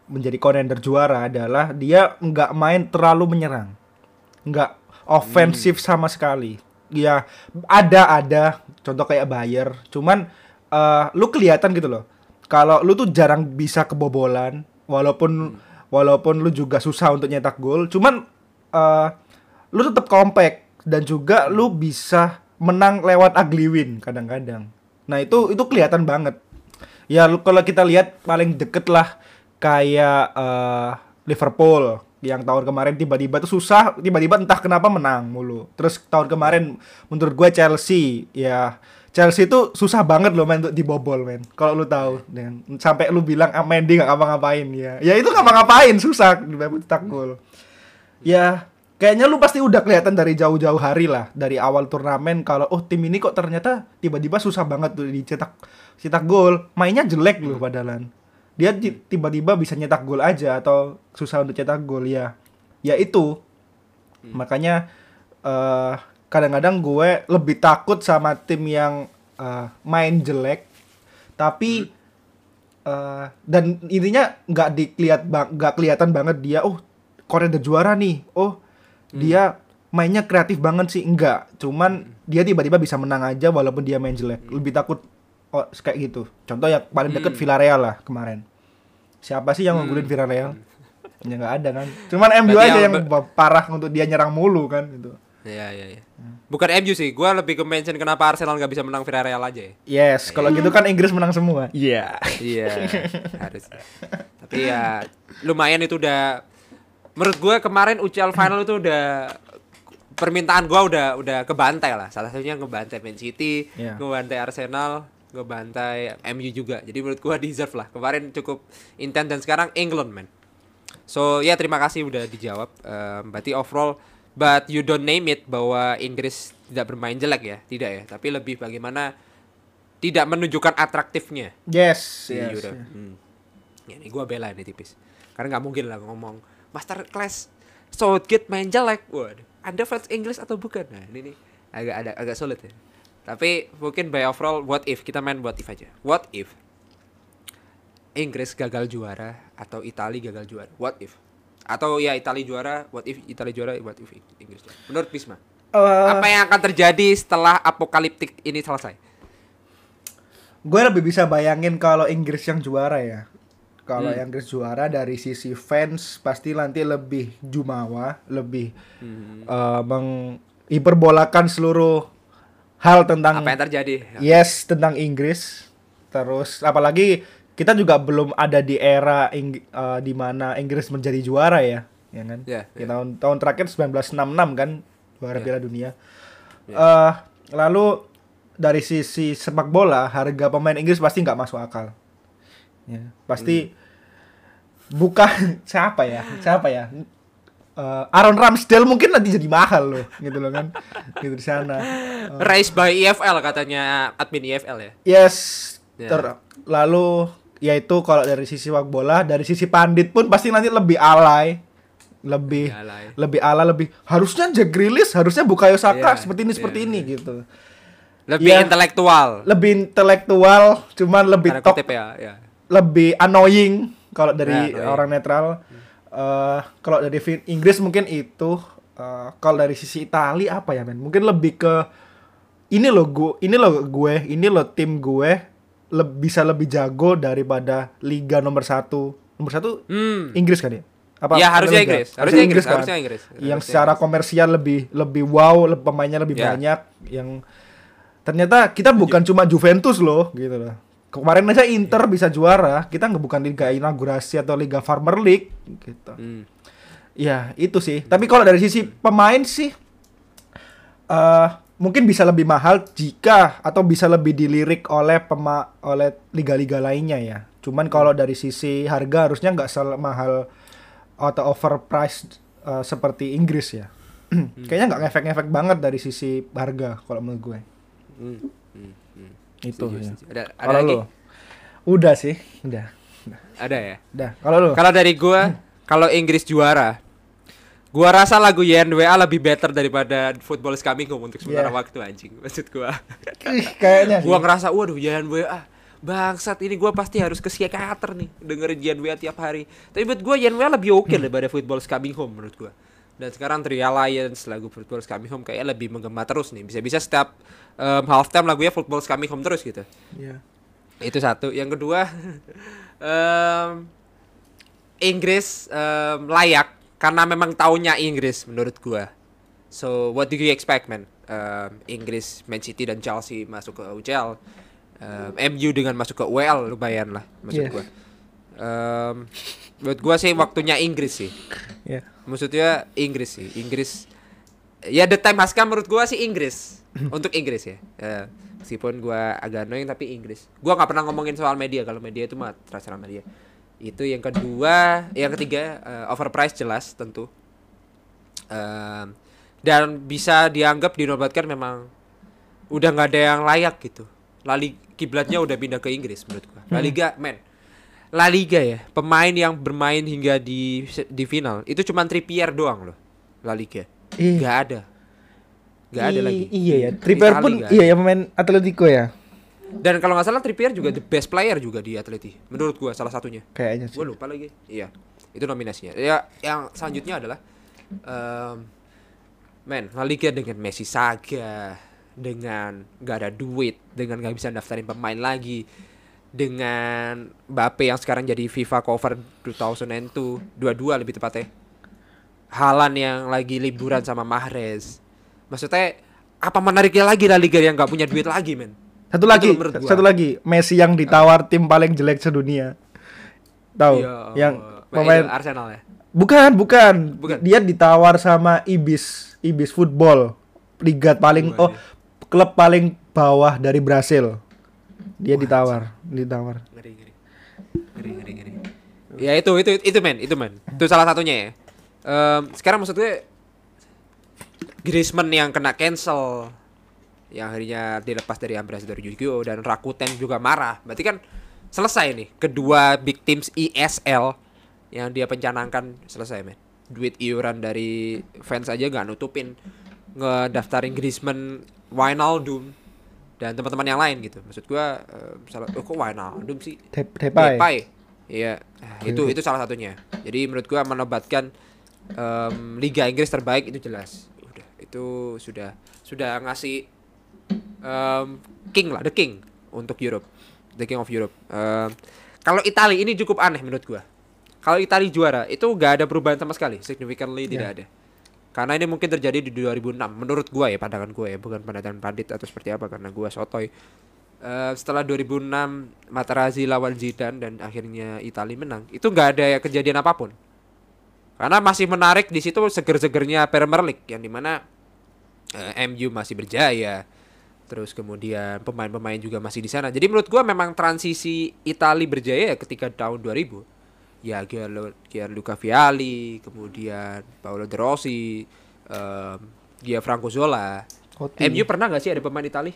menjadi contender juara adalah dia nggak main terlalu menyerang, nggak ofensif Hmm. sama sekali. Ya ada ada contoh kayak Bayer, cuman eh, lu kelihatan gitu loh. Kalau lu tuh jarang bisa kebobolan, walaupun walaupun lu juga susah untuk nyetak gol, cuman eh, lu tetap compact dan juga lu bisa menang lewat ugly win kadang-kadang. Nah itu itu kelihatan banget. Ya lu- kalau kita lihat paling deket lah kayak eh, Liverpool yang tahun kemarin tiba-tiba tuh susah, tiba-tiba entah kenapa menang mulu. Terus tahun kemarin menurut gue Chelsea, ya Chelsea itu susah banget loh main untuk dibobol men. Kalau lu tahu, dan sampai lu bilang ah, Mendy nggak ngapa-ngapain ya. Ya itu nggak ngapa-ngapain, susah cetak gol. Ya kayaknya lu pasti udah kelihatan dari jauh-jauh hari lah, dari awal turnamen kalau oh tim ini kok ternyata tiba-tiba susah banget tuh dicetak cetak gol. Mainnya jelek loh padahalan. Dia ti- tiba-tiba bisa nyetak gol aja atau susah untuk cetak gol ya. Ya itu. Makanya eh, kadang-kadang gue lebih takut sama tim yang eh, main jelek tapi eh, dan intinya nggak dilihat bang nggak kelihatan banget dia oh Korea juara nih oh dia mainnya kreatif banget sih enggak cuman dia tiba-tiba bisa menang aja walaupun dia main jelek lebih takut oh, kayak gitu contoh yang paling deket Hmm. Villarreal lah kemarin siapa sih yang ngunggulin Villarreal ya nggak ada kan cuman M U Berarti aja yang yang ber- parah untuk dia nyerang mulu kan gitu. Iya, iya, iya. Bukan M U sih, gua lebih ke mention kenapa Arsenal nggak bisa menang Villarreal aja ya. Yes kalau gitu kan Inggris menang semua iya. Iya, harus. Tapi ya lumayan itu udah menurut gua kemarin U C L final itu udah permintaan gua udah udah kebantai lah. Salah satunya ngebantai Man City, Iya. ngebantai Arsenal, ngebantai M U juga. Jadi menurut gua deserve lah. Kemarin cukup intens dan sekarang England man. So ya terima kasih udah dijawab. Um, berarti overall, but you don't name it bahwa Inggris tidak bermain jelek ya, tidak ya. Tapi lebih bagaimana tidak menunjukkan atraktifnya. Yes, Iya, yes, udah. yes. Hmm. Ya, ini gue bela nih tipis. Karena nggak mungkin lah ngomong master class Southgate main jelek. Waduh, Anda fans Inggris atau bukan? Nah, ini nih agak ada agak sulit ya. Tapi mungkin by overall what if kita main what if aja. What if Inggris gagal juara atau Italia gagal juara? What if? Atau ya Italia juara, what if Italia juara, what if Inggris juara? Menurut Bisma, Eh, apa yang akan terjadi setelah apokaliptik ini selesai? gue lebih bisa bayangin kalau Inggris yang juara ya. Kalau Hmm. Inggris juara dari sisi fans pasti nanti lebih jumawa, lebih Hmm. eh, menghiperbolakan seluruh hal tentang Apa yang terjadi? yes tentang Inggris. Terus apalagi kita juga belum ada di era Ing- eh, di mana Inggris menjadi juara ya, ya kan? Ya, Di ya. tahun tahun terakhir seribu sembilan ratus enam puluh enam kan juara Ya. Piala Dunia. Ya. Eh, lalu dari sisi sepak bola harga pemain Inggris pasti nggak masuk akal. Ya, pasti bukan siapa ya? Siapa ya? Eh, Aaron Ramsdale mungkin nanti jadi mahal loh, gitu loh kan? Gitu di sana. Raised by E F L katanya admin E F L ya. Yes. Ya. Ter- lalu yaitu kalau dari sisi sepak bola, dari sisi pandit pun pasti nanti lebih alay, lebih Lebih alay. lebih ala, lebih harusnya Jack Grealish, harusnya Bukayo Saka Ya, seperti ini ya, seperti ya. ini gitu. Lebih Ya. intelektual. Lebih intelektual, cuman lebih Tanda tok, kutip ya, ya. lebih annoying kalau dari Ya, annoying. orang netral. Eh, kalau dari fi- Inggris mungkin itu. Eh, kalau dari sisi Italia apa ya men? Mungkin lebih ke ini loh gue, ini loh gue, ini loh tim gue le- bisa lebih jago daripada liga nomor satu. Nomor satu Hmm. Inggris kan ya? Apa? Ya, harusnya liga? Inggris. Harusnya Inggris, kan? harusnya Inggris. Yang Harusnya secara Inggris. komersial lebih lebih wow, lebih pemainnya lebih Ya. banyak. Yang ternyata kita bukan cuma Juventus loh, gitu loh. Kemarin aja Inter Iya. bisa juara, kita nggak bukan liga inaugurasi atau liga Farmer League, gitu. Hmm. Ya itu sih. Tapi kalau dari sisi pemain sih, eh mungkin bisa lebih mahal jika atau bisa lebih dilirik oleh pema oleh liga-liga lainnya ya. Cuman kalau dari sisi harga harusnya nggak semahal atau overpriced eh, seperti Inggris ya. Kayaknya nggak ngefek-ngefek banget dari sisi harga kalau menurut gue. Hmm. Hmm. Hmm. Itu Setuju, ya. setuju. Ada, ada Kalau lagi? lo? Udah sih, udah. Ada ya. Udah. Kalau lo? Kalau dari gua, kalau Inggris juara, gua rasa lagu Y N W A lebih better daripada Football is Coming Home untuk sementara Yeah. waktu anjing. Maksud gua. Ih, kayaknya sih. Gua ngerasa waduh Y N W A bangsat ini gue pasti harus ke psikiater nih dengerin Yanwea tiap hari. Tapi buat gue Yanwea lebih oke okay daripada Football's Coming Home menurut gue. Dan sekarang Three Alliance lagu Football's Coming Home kayak lebih menggema terus nih. Bisa-bisa setiap um, halftime lagunya Football's Coming Home terus gitu. Iya. Itu satu. Yang kedua um, Inggris um, layak karena memang taunya Inggris menurut gue. So what do you expect man? Um, Inggris, Man City dan Chelsea masuk ke U C L. Um, M U dengan masuk ke U E L lumayan lah maksud Yeah. gue. Um, buat gue sih waktunya Inggris sih. Yeah. Maksudnya Inggris sih, Inggris. Ya the time has come menurut gue sih Inggris. Untuk Inggris ya. Uh, meskipun gue agak annoying tapi Inggris. Gue nggak pernah ngomongin soal media, kalau media itu mah terserah sama dia. Itu yang kedua, yang ketiga uh, overpriced jelas tentu. Um, dan bisa dianggap dinobatkan memang udah nggak ada yang layak gitu. La Liga kiblatnya udah pindah ke Inggris menurut gua. La Liga, men. La Liga ya, pemain yang bermain hingga di di final itu cuma Trippier doang loh. La Liga. Ih. Gak ada. Gak ada I- lagi. Iya ya, Di Trippier Itali pun nggak iya ada. ya pemain Atletico ya. Dan kalau nggak salah Trippier juga the best player juga di Atleti. Menurut gua salah satunya. Kayaknya sih. Gue lupa lagi. Iya. Itu nominasinya. Ya, yang selanjutnya adalah um, men, La Liga dengan Messi saga, dengan gak ada duit, dengan gak bisa daftarin pemain lagi, dengan Mbappe yang sekarang jadi FIFA cover dua ribu dua, dua-dua lebih tepatnya. Haaland yang lagi liburan sama Mahrez. Maksudnya apa menariknya lagi La Liga yang gak punya duit lagi, men? Satu Itu lagi, menurut gua. satu lagi, Messi yang ditawar tim paling jelek sedunia. Tahu? Iya, yang oh, pemain itu Arsenal ya. bukan, bukan, Bukan. Dia ditawar sama Ibis, Ibis Football. Liga paling Bukan, oh, klub paling bawah dari Brasil. Dia Wah, ditawar, ditawar. Ngeri, ngeri. Ngeri, ngeri, ngeri. Ya itu, itu, itu men, itu men. Itu salah satunya ya. Em, sekarang maksud gue Griezmann yang kena cancel, yang akhirnya dilepas dari Ambassador Yu-Gi-Oh dan Rakuten juga marah. Berarti kan selesai nih kedua big teams E S L yang dia pencanangkan selesai men. Duit iuran dari fans aja gak nutupin ngedaftarin Griezmann, Wijnaldum dan teman-teman yang lain gitu. Maksud gua uh, salah oh, kok Wijnaldum sih? Dep- Depay. Depay. Iya, nah, itu itu salah satunya. Jadi menurut gua menobatkan um, Liga Inggris terbaik itu jelas. Udah, itu sudah sudah ngasih um, king lah, the king untuk Europe. The king of Europe. Um, kalau Italia ini cukup aneh menurut gua. Kalau Italia juara itu gak ada perubahan sama sekali, significantly tidak Yeah. ada. Karena ini mungkin terjadi di dua ribu enam menurut gua ya, pandangan gua ya, bukan pandangan pandit atau seperti apa karena gua sotoy. Uh, setelah dua ribu enam Materazzi lawan Zidane dan akhirnya Italia menang, itu nggak ada kejadian apapun. Karena masih menarik di situ seger-segernya Premier League yang dimana uh, M U masih berjaya, terus kemudian pemain-pemain juga masih di sana. Jadi menurut gua memang transisi Italia berjaya ya ketika tahun dua ribu. Ya Gianluca Vialli, kemudian Paolo De Rossi, um, Gianfranco Zola. Totti. M U pernah nggak sih ada pemain Italia?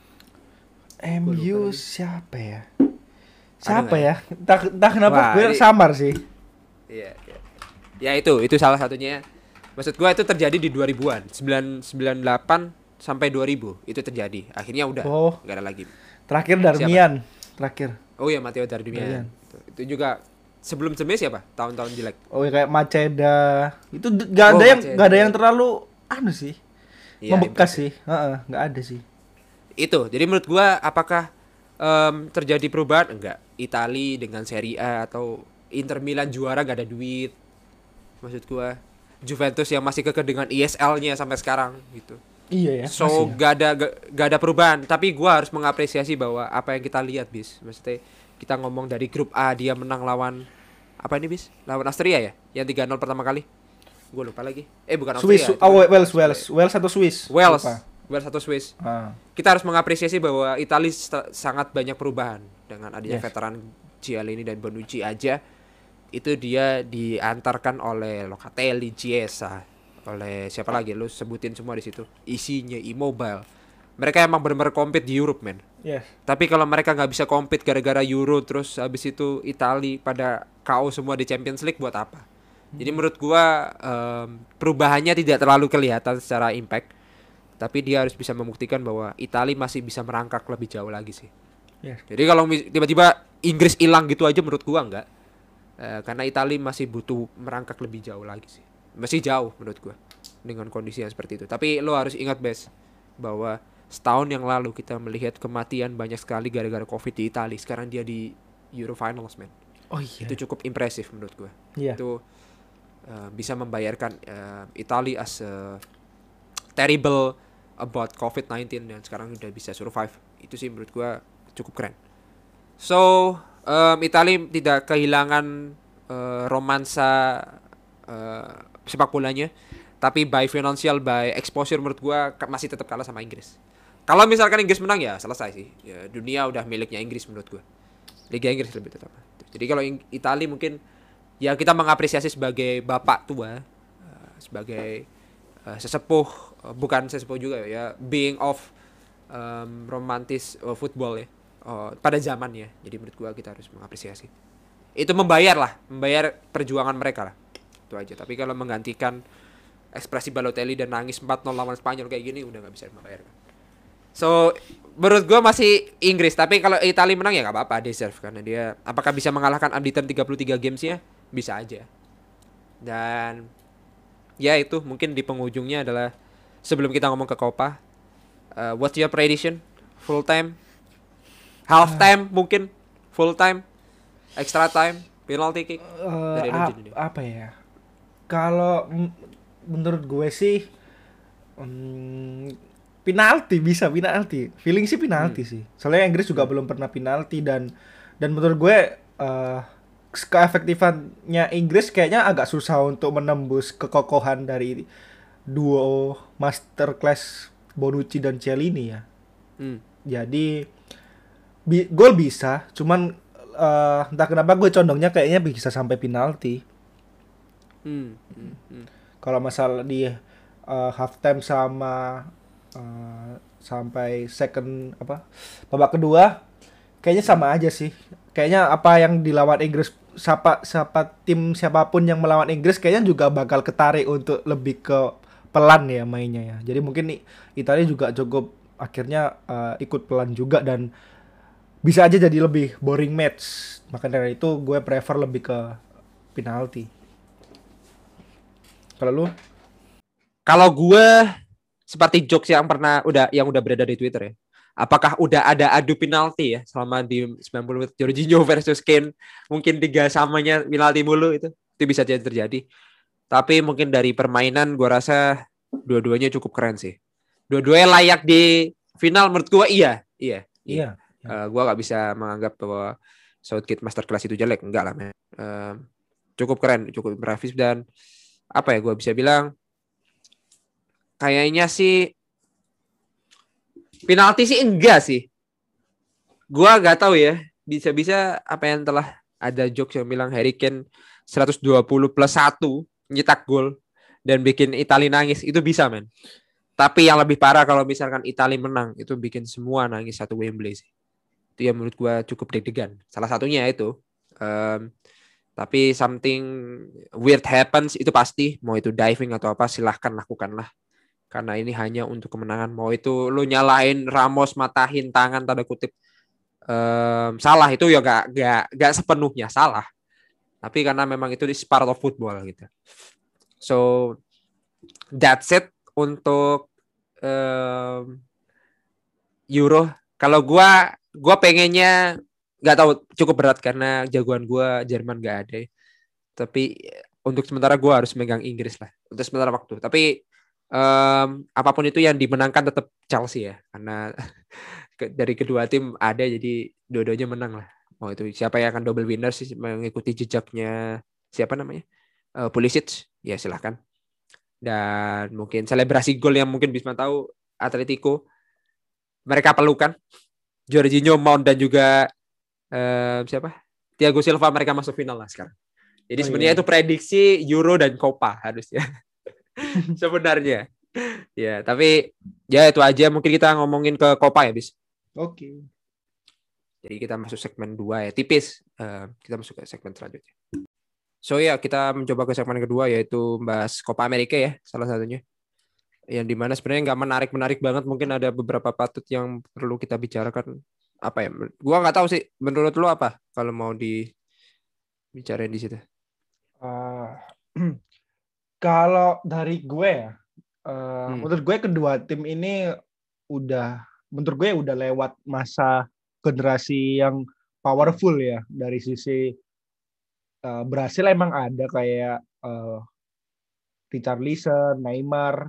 M Gua lupa U lagi. siapa ya? Ada Siapa nggak ya? Entah, entah kenapa Wah, gue ini- samar sih. Iya, iya. Ya itu, itu salah satunya. Maksud gua itu terjadi di dua ribuan, sembilan sembilan delapan sampai dua ribu itu terjadi. Akhirnya udah Oh. nggak ada lagi. Terakhir Darmian, terakhir. Oh iya, Matteo Darmian. Darmian. Itu, itu juga sebelum Semes siapa? Tahun-tahun jelek. Oh ya kayak Maceda. Itu d- gak ada Oh, yang Maceda. gak ada yang terlalu anu sih. Iya, Membekas impressive. sih. Heeh, nggak ada sih. Itu. Jadi menurut gua apakah em, terjadi perubahan? Enggak. Itali dengan Serie A atau Inter Milan juara gak ada duit. Maksud gua Juventus yang masih kekeh dengan E S L-nya sampai sekarang gitu. Iya ya. So masih ya. gak ada gak, gak ada perubahan. Tapi gua harus mengapresiasi bahwa apa yang kita lihat bis. Maksudnya kita ngomong dari grup A dia menang lawan apa ini bis? Lawan Austria ya? Yang tiga nol pertama kali. Gue lupa lagi. Eh bukan Swiss, Austria. oh, cuman- Wales, Wales, Wales atau Swiss? Wales. Lupa. Wales atau Swiss. Ah. Kita harus mengapresiasi bahwa Italia st- sangat banyak perubahan dengan adanya Yes. veteran Chiellini dan Bonucci aja. Itu dia diantarkan oleh Locatelli, Chiesa, oleh siapa lagi? Lu sebutin semua di situ. Isinya Immobile. Mereka emang benar-benar compete di Europe, men. Yes. Tapi kalau mereka nggak bisa compete gara-gara Euro terus habis itu Italia pada K O semua di Champions League buat apa? Jadi menurut gua em, perubahannya tidak terlalu kelihatan secara impact. Tapi dia harus bisa membuktikan bahwa Italia masih bisa merangkak lebih jauh lagi sih. Yes. Jadi kalau tiba-tiba Inggris hilang gitu aja menurut gua enggak. Uh, karena Italia masih butuh merangkak lebih jauh lagi sih. Masih jauh menurut gua dengan kondisi yang seperti itu. Tapi lo harus ingat Bes bahwa setahun yang lalu kita melihat kematian banyak sekali gara-gara Covid di Italia. Sekarang dia di Euro Finals, man. Oh iya. Itu cukup impresif menurut gua. Iya. Itu uh, bisa membayarkan uh, Italia as a terrible about covid sembilan belas dan sekarang udah bisa survive. Itu sih menurut gua cukup keren. So, um, Italia tidak kehilangan uh, romansa uh, sepak bolanya, tapi by financial, by exposure menurut gua masih tetap kalah sama Inggris. Kalau misalkan Inggris menang ya selesai sih. Ya, dunia udah miliknya Inggris menurut gua. Liga Inggris lebih tetap. Jadi kalau Italia mungkin ya kita mengapresiasi sebagai bapak tua, uh, sebagai uh, sesepuh, uh, bukan sesepuh juga ya, being of um, romantis uh, football ya. Oh, pada zamannya. Jadi menurut gua kita harus mengapresiasi. Itu membayar lah, membayar perjuangan mereka lah. Itu aja. Tapi kalau menggantikan ekspresi Balotelli dan nangis empat nol lawan Spanyol kayak gini udah nggak bisa membayar. So, menurut gua masih Inggris. Tapi kalau Italia menang ya nggak apa-apa, deserve karena dia apakah bisa mengalahkan unbeaten tiga puluh tiga gamesnya? Bisa aja. Dan ya itu mungkin di penghujungnya adalah sebelum kita ngomong ke Copa, uh, what's your prediction? Full time? Half time mungkin, full time, extra time, penalty kick. Uh, ap- apa ya? Kalau m- menurut gue sih um, penalti bisa penalti. Feeling sih penalti hmm. sih. Soalnya Inggris juga hmm. belum pernah penalti dan dan menurut gue uh, keefektifannya Inggris kayaknya agak susah untuk menembus kekokohan dari duo masterclass Bonucci dan Chiellini ya. Hmm. Jadi Bi- gol bisa, cuman uh, entah kenapa gue condongnya kayaknya bisa sampai penalti. Hmm. Hmm. Hmm. Kalau masalah di uh, half time sama uh, sampai second apa babak kedua, kayaknya sama aja sih. Kayaknya apa yang dilawan Inggris, siapa siapa tim siapapun yang melawan Inggris, kayaknya juga bakal ketarik untuk lebih ke pelan ya mainnya ya. Jadi mungkin Italia juga cukup akhirnya uh, ikut pelan juga dan bisa aja jadi lebih boring match. Maka dari itu gue prefer lebih ke penalti. Kalau lu? Kalau gue seperti jokes yang pernah udah yang udah beredar di Twitter ya. Apakah udah ada adu penalti ya selama di sembilan puluh menit Jorginho versus Kane, mungkin tiga samanya penalti mulu itu. Itu bisa jadi terjadi. Tapi mungkin dari permainan gue rasa dua-duanya cukup keren sih. Dua-duanya layak di final menurut gue iya. Iya. Iya. Uh, gue gak bisa menganggap bahwa Southgate Masterclass itu jelek, enggak lah. Uh, cukup keren, cukup impresif dan apa ya gue bisa bilang kayaknya sih penalti sih enggak sih. Gue gak tahu ya, bisa-bisa apa yang telah ada jokes yang bilang Harry Kane seratus dua puluh plus satu nyetak gol dan bikin Italia nangis, itu bisa men. Tapi yang lebih parah kalau misalkan Italia menang, itu bikin semua nangis satu Wembley sih. Itu yang menurut gue cukup deg-degan. Salah satunya itu. Um, tapi something weird happens itu pasti. Mau itu diving atau apa silahkan lakukanlah. Karena ini hanya untuk kemenangan. Mau itu lu nyalahin Ramos matahin tangan tanda kutip. Um, salah itu ya gak, gak, gak sepenuhnya salah. Tapi karena memang itu is part of football gitu. So that's it untuk um, Euro. Kalau gue gue pengennya nggak tahu cukup berat karena jagoan gue Jerman nggak ada. Tapi untuk sementara gue harus megang Inggris lah untuk sementara waktu. Tapi um, apapun itu yang dimenangkan tetap Chelsea ya karena dari kedua tim ada jadi dua-duanya menang lah. Mau itu siapa yang akan double winner sih mengikuti jejaknya siapa namanya uh, Pulisic ya silahkan. Dan mungkin selebrasi gol yang mungkin Bisma tahu Atletico mereka perlukan Jorginho, Mount dan juga uh, siapa? Thiago Silva mereka masuk final lah sekarang. Jadi oh, sebenarnya iya. Itu prediksi Euro dan Copa harusnya. Sebenarnya. Ya, tapi ya itu aja mungkin kita ngomongin ke Copa ya, Bis. Oke. Okay. Jadi kita masuk segmen dua ya, tipis. Uh, kita masuk ke segmen selanjutnya. So ya, kita mencoba ke segmen kedua yaitu bahas Copa America ya, salah satunya. Yang dimana sebenarnya nggak menarik-menarik banget, mungkin ada beberapa patut yang perlu kita bicarakan apa ya? Gua nggak tahu sih. Menurut lu apa kalau mau dibicarain di situ? Uh, kalau dari gue ya, uh, Hmm. menurut gue kedua tim ini udah, menurut gue udah lewat masa generasi yang powerful ya. Dari sisi uh, Brasil emang ada kayak uh, Richarlison, Neymar,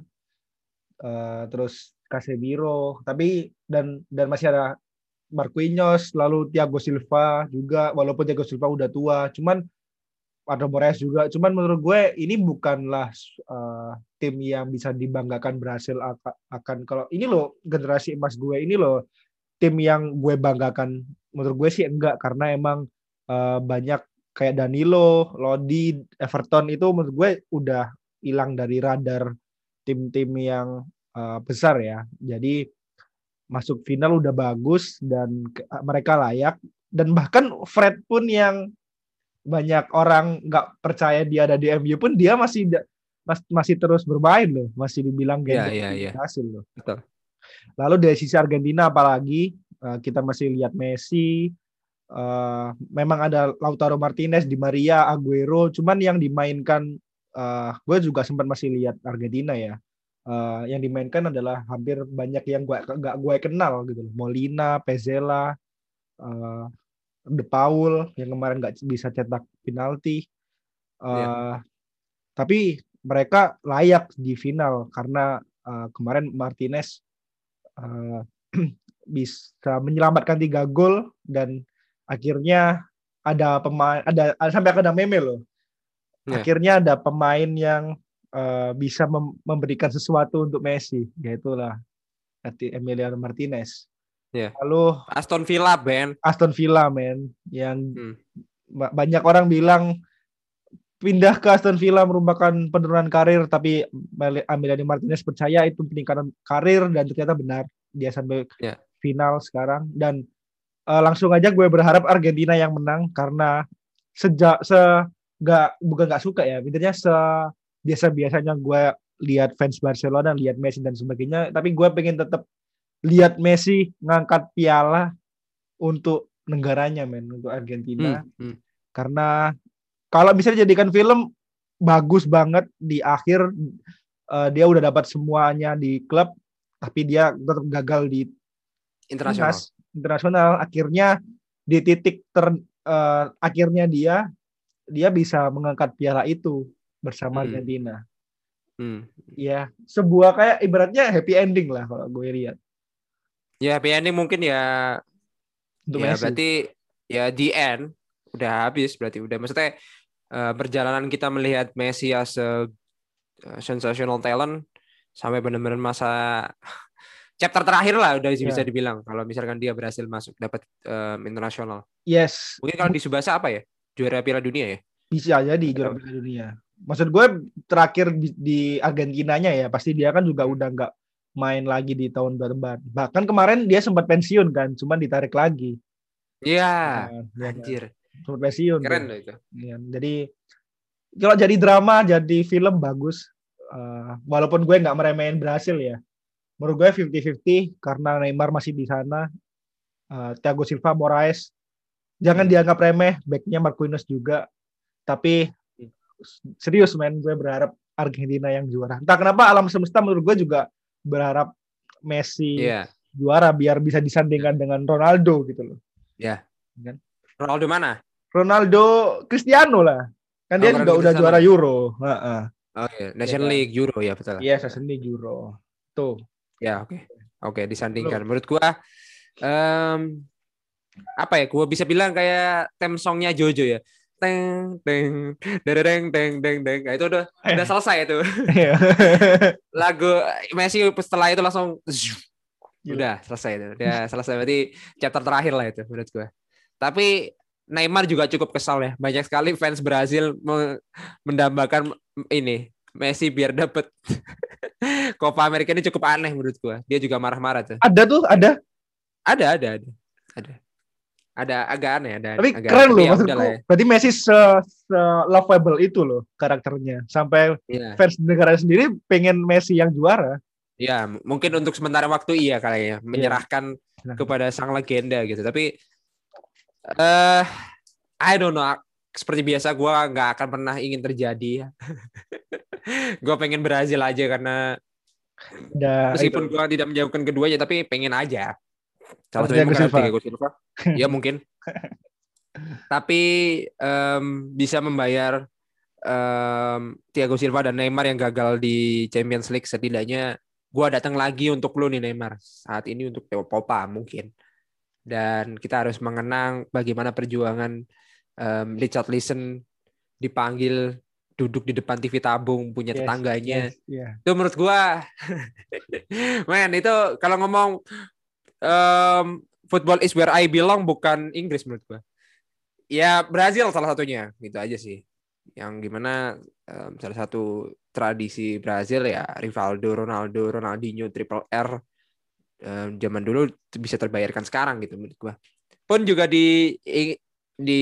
uh, terus Casemiro, tapi dan dan masih ada Marquinhos, lalu Thiago Silva juga, walaupun Thiago Silva udah tua, cuman ada Moraes juga. Cuman menurut gue ini bukanlah uh, tim yang bisa dibanggakan berhasil akan, akan kalau ini loh generasi emas gue ini loh tim yang gue banggakan. Menurut gue sih enggak, karena emang uh, banyak kayak Danilo, Lodi, Everton itu menurut gue udah hilang dari radar tim-tim yang uh, besar ya. Jadi masuk final udah bagus dan ke- mereka layak, dan bahkan Fred pun yang banyak orang nggak percaya dia ada di M U pun dia masih mas, masih terus bermain loh, masih dibilang Iya, gembel iya, iya. berhasil loh. Betul. Lalu dari sisi Argentina apalagi uh, kita masih lihat Messi, uh, memang ada Lautaro Martinez, Di Maria, Aguero, cuman yang dimainkan uh, gue juga sempat masih lihat Argentina ya. Uh, yang dimainkan adalah hampir banyak yang gue gak gue kenal gitu loh. Molina, Pezela, uh, De Paul yang kemarin nggak bisa cetak penalti. Iya. Uh, tapi mereka layak di final karena uh, kemarin Martinez uh, bisa menyelamatkan tiga gol, dan akhirnya ada pemain ada, ada sampai ada meme loh. Iya. Akhirnya ada pemain yang uh, bisa mem- memberikan sesuatu untuk Messi, yaitulah Emiliano Martinez. Iya. Lalu Aston Villa, Ben. Aston Villa, men, yang Hmm. banyak orang bilang pindah ke Aston Villa merupakan penurunan karir, tapi Emiliano Martinez percaya itu peningkatan karir, dan ternyata benar, dia sampai Iya. final sekarang. Dan uh, langsung aja gue berharap Argentina yang menang, karena sejak se gak, bukan nggak suka ya, intinya se biasa biasanya gue lihat fans Barcelona, lihat Messi dan sebagainya, tapi gue pengen tetap lihat Messi ngangkat piala untuk negaranya, men, untuk Hmm. Argentina. Hmm. Karena kalau misalnya jadikan film, bagus banget di akhir uh, dia udah dapat semuanya di klub, tapi dia tetap gagal di Internasional. timnas internasional. Akhirnya di titik ter uh, akhirnya dia dia bisa mengangkat piala itu bersama Hmm. Argentina. Hmm. Ya, sebuah kayak ibaratnya happy ending lah kalau gue lihat Ya, happy ending mungkin ya. untuk Ya, Messi. berarti ya the end udah habis berarti udah maksudnya eh, perjalanan kita melihat Messi as a uh, sensational talent sampai benar-benar masa chapter terakhir lah udah bisa Ya, dibilang kalau misalkan dia berhasil masuk dapat um, internasional. yes, Mungkin kalau di Subasa apa ya? Juara Piala Dunia ya? bisa jadi Nggak juara tahu. Piala Dunia. Maksud gue terakhir di, di Argentinanya ya, pasti dia kan juga Hmm. udah nggak main lagi di tahun depan. Bahkan kemarin dia sempat pensiun kan, cuman ditarik lagi. Iya, Ya, ya kan. anjir. Sempat pensiun tuh. Keren loh itu. Ya, jadi kalau jadi drama, jadi film bagus. Uh, walaupun gue nggak meremehin berhasil ya. Menurut gue fifty fifty karena Neymar masih di sana. Uh, Thiago Silva, Moraes. Jangan Hmm. dianggap remeh. Backnya Marquinhos juga. Tapi serius, men, gue berharap Argentina yang juara. Entah kenapa alam semesta menurut gue juga berharap Messi Iya. juara biar bisa disandingkan dengan Ronaldo gitu loh. Ya. Kan? Ronaldo mana? Ronaldo Cristiano lah. Kan Oh, dia bukan juga udah Cristiano juara ya? Euro. Heeh. Oke, Ya Nation kan? League Euro ya betul. Iya, Season League Euro. Tuh. Ya, oke. Oke, disandingkan. Lo. Menurut gua em, apa ya? Gua bisa bilang kayak theme songnya Jojo ya. Teng teng dereng teng teng teng. Nah, itu udah udah selesai itu. Iya. Lagu Messi setelah itu langsung zzz, Gila. udah selesai itu. Udah selesai berarti chapter terakhir lah itu menurut gua. Tapi Neymar juga cukup kesal ya. Banyak sekali fans Brazil me- mendambakan ini Messi biar dapet Copa America ini cukup aneh menurut gua. Dia juga marah-marah tuh. Ada tuh, ada. Ada, ada, ada. Ada. Ada agak aneh, ada Tapi agak aneh. keren Tapi loh ya udahlah maksudku. ya. Berarti Messi se, se lovable itu loh karakternya. Sampai Iya. fans negara sendiri pengen Messi yang juara. Ya, m- mungkin untuk sementara waktu iya kayaknya Iya. menyerahkan Nah, kepada sang legenda gitu. Tapi eh I don't know. Seperti biasa gue nggak akan pernah ingin terjadi. Gue pengen Brazil aja karena ada itu meskipun gue tidak menjauhkan keduanya, tapi pengen aja. Salah ada satunya Thiago mungkin ada Silva. Thiago Silva. Ya mungkin. Tapi em, bisa membayar em, Thiago Silva dan Neymar yang gagal di Champions League setidaknya. Gue datang lagi untuk lu nih Neymar. Saat ini untuk Theo Popa mungkin. Dan kita harus mengenang bagaimana perjuangan um, Richarlison dipanggil duduk di depan T V tabung punya Yes, tetangganya. yes, iya. Itu menurut gua, men itu kalau ngomong um, football is where I belong bukan Inggris menurut gua. Ya Brazil salah satunya, gitu aja sih. Yang gimana um, salah satu tradisi Brazil ya Rivaldo, Ronaldo, Ronaldinho, Triple R um, zaman dulu bisa terbayarkan sekarang gitu menurut gua. Pun juga di di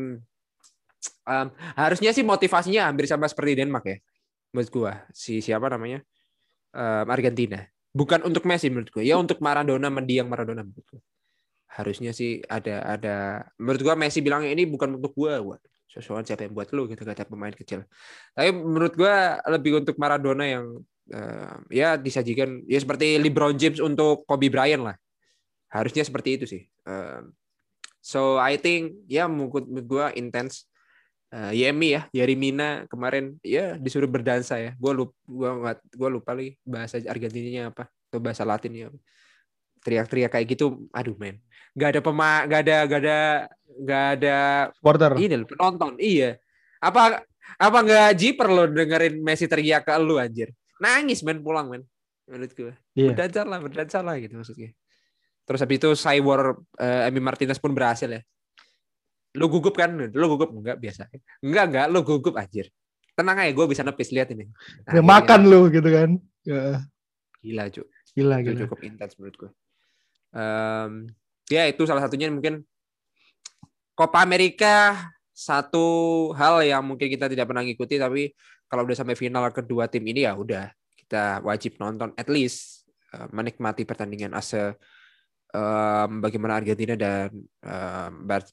um, harusnya sih motivasinya hampir sama seperti Denmark ya menurut gua si siapa namanya um, Argentina bukan untuk Messi menurut gua ya untuk Maradona mendiang Maradona menurut gua. Harusnya sih ada ada menurut gua Messi bilangnya ini bukan untuk gua gua sosokan siapa yang buat lu gitu kata pemain kecil tapi menurut gua lebih untuk Maradona yang uh, ya disajikan ya seperti LeBron James untuk Kobe Bryant lah harusnya seperti itu sih um, so I think ya menurut gua intens. Uh, Yemi ya, Yerimina kemarin ya disuruh berdansa ya. Gue lupa, gua nggak, gua lupa lagi bahasa Argentinanya apa atau bahasa Latinnya. Apa. Teriak-teriak kayak gitu, aduh men. Gak ada pema, gak ada, gak ada, gak ada Supporter. ini loh, penonton. Iya. Apa apa nggak jiper lo dengerin Messi teriak ke lu anjir. Nangis men pulang men. Menurut gue. Iya. Berdansa lah, berdansa lah gitu maksudnya. Terus habis itu Cywar uh, Emi Martinez pun berhasil ya. Lu gugup kan? Lu gugup enggak biasa. Enggak enggak, lu gugup anjir. Tenang aja, gue bisa nepis lihat ini. Ya, Akhirnya makan lu gitu kan. Ya, gila cuk. gila Itu gila. cukup intens menurut gue. Um, ya itu salah satunya mungkin Copa America satu hal yang mungkin kita tidak pernah ngikuti tapi kalau udah sampai final kedua tim ini ya udah kita wajib nonton at least uh, menikmati pertandingan ase um, bagaimana Argentina dan um,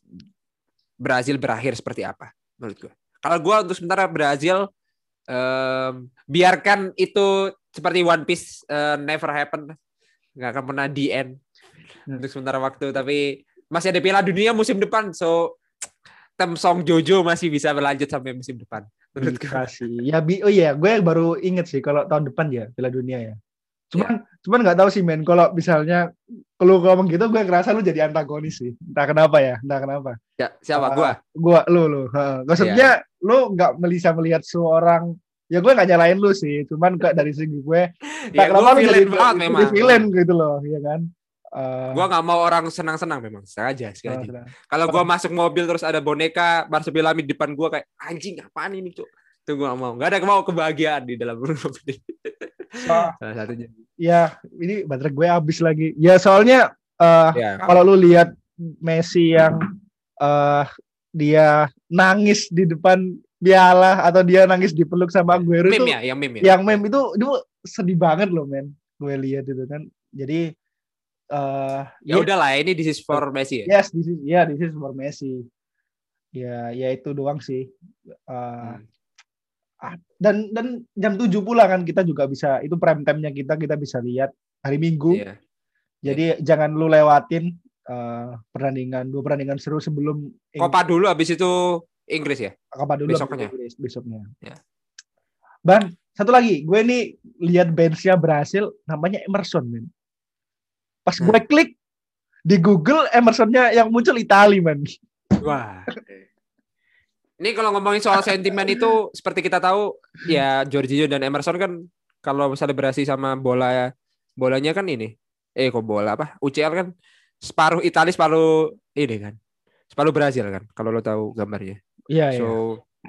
Brazil berakhir seperti apa menurut gue. Kalau gue untuk sementara Brazil um, biarkan itu seperti One Piece uh, never happen, nggak akan pernah di end untuk sementara waktu. Tapi masih ada Piala Dunia musim depan, so Tem Song Jojo masih bisa berlanjut sampai musim depan. Menurut gue. Bisa sih. Ya bi oh iya, gue baru inget sih kalau tahun depan ya Piala Dunia ya. Ya, Cuman cuman nggak tahu sih men kalau misalnya kalau ngomong gitu gue ngerasa lu jadi antagonis sih. Entah kenapa ya, entah kenapa. ya siapa Uh, gue? gua lu lu. Uh, Ya, maksudnya lu nggak bisa melihat seorang ya gue nggak nyalain lu sih, cuman kayak dari segi gue entah ya gue kenapa lu jadi villain banget jadi memang. villain gitu loh, ya kan. Uh, Gue nggak mau orang senang-senang memang sengaja uh, sengaja. Kalau gue masuk mobil terus ada boneka Marsupilami di depan gue kayak anjing apaan ini cuk. Itu gue gak mau. Gak ada mau kebahagiaan di dalam mobil. so, Salah satunya. ya ini baterai gue habis lagi. Ya soalnya uh, Ya, kalau lu lihat Messi yang uh, dia nangis di depan piala atau dia nangis dipeluk sama Aguero meme itu ya, yang meme ya. yang meme itu itu sedih banget loh men. Gue lihat itu kan. Jadi uh, Ya yes, udahlah, ini this is for Messi ya. yes, this is ya yeah, this is for Messi. Ya, ya itu doang sih. Uh, Hmm. dan dan jam tujuh pula kan kita juga bisa itu prime time-nya kita kita bisa lihat hari Minggu. Iya. Jadi Iya. jangan lu lewatin uh, pertandingan dua pertandingan seru sebelum Copa dulu habis itu Inggris ya. Copa dulu Besoknya. Inggris besoknya. Ya. Ban, satu lagi, gue nih lihat benchnya Brasil namanya Emerson, men. Pas gue Hmm. klik di Google Emersonnya yang muncul Itali, man. Wah. Ini kalau ngomongin soal sentimen itu seperti kita tahu ya Jorginho dan Emerson kan kalau selebrasi sama bola bolanya kan ini. Eh kok bola apa? U C L kan separuh Italia separuh ini kan. Separuh Brazil kan kalau lo tahu gambarnya. Iya, So iya.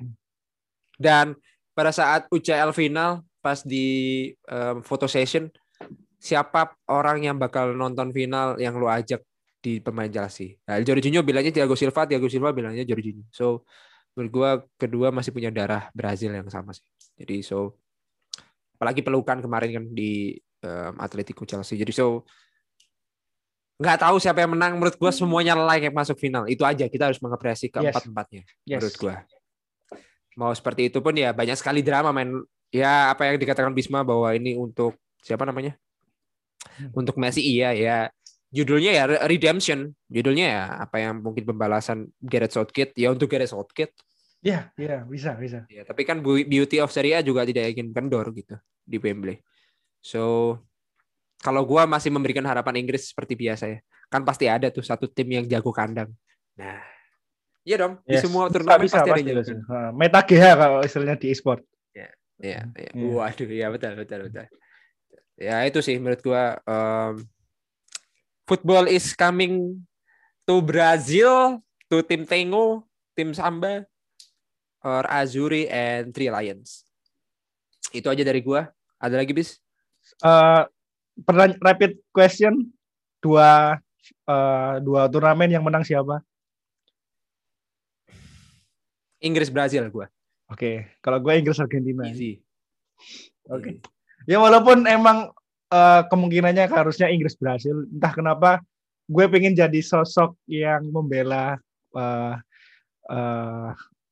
dan pada saat U C L final pas di um, photo session siapa orang yang bakal nonton final yang lo ajak di pemain Chelsea. Nah, Jorginho bilangnya Thiago Silva, Thiago Silva bilangnya Jorginho. So menurut gue kedua masih punya darah Brazil yang sama sih. Jadi so apalagi pelukan kemarin kan di um, Atletico Chelsea. Jadi so nggak tahu siapa yang menang. Menurut gue semuanya layak masuk final. Itu aja, kita harus mengapresiasi keempat-empatnya. Yes. Menurut gue. Mau seperti itu pun ya banyak sekali drama, men. Ya apa yang dikatakan Bisma bahwa ini untuk siapa namanya? Untuk Messi iya ya. Judulnya ya Redemption. Judulnya ya apa yang mungkin pembalasan Gareth Southgate ya untuk Gareth Southgate. Iya, yeah, iya, yeah, bisa, bisa. Ya, tapi kan beauty of Serie A juga tidak ingin kendor gitu di Wembley. So kalau gue masih memberikan harapan Inggris seperti biasa ya. Kan pasti ada tuh satu tim yang jago kandang. Nah, iya dong. Yes. Di semua turnamen pasti ada yang jago kandang. Meta G H kalau istilahnya di e-sport. Ya, ya, ya. Yeah. Waduh, ya betul, betul, betul. Ya itu sih menurut gue. Um, football is coming to Brazil, to tim Tengo, tim Samba, or Azuri and Three Lions. Itu aja dari gue. Ada lagi bis? Uh, Pertanyaan rapid question, dua uh, dua turnamen yang menang siapa? Inggris Brazil gue. Oke, okay. Kalau gue Inggris Argentina. Easy. Oke. Okay. Ya walaupun emang uh, kemungkinannya harusnya Inggris Brazil, entah kenapa gue pengen jadi sosok yang membela uh, uh,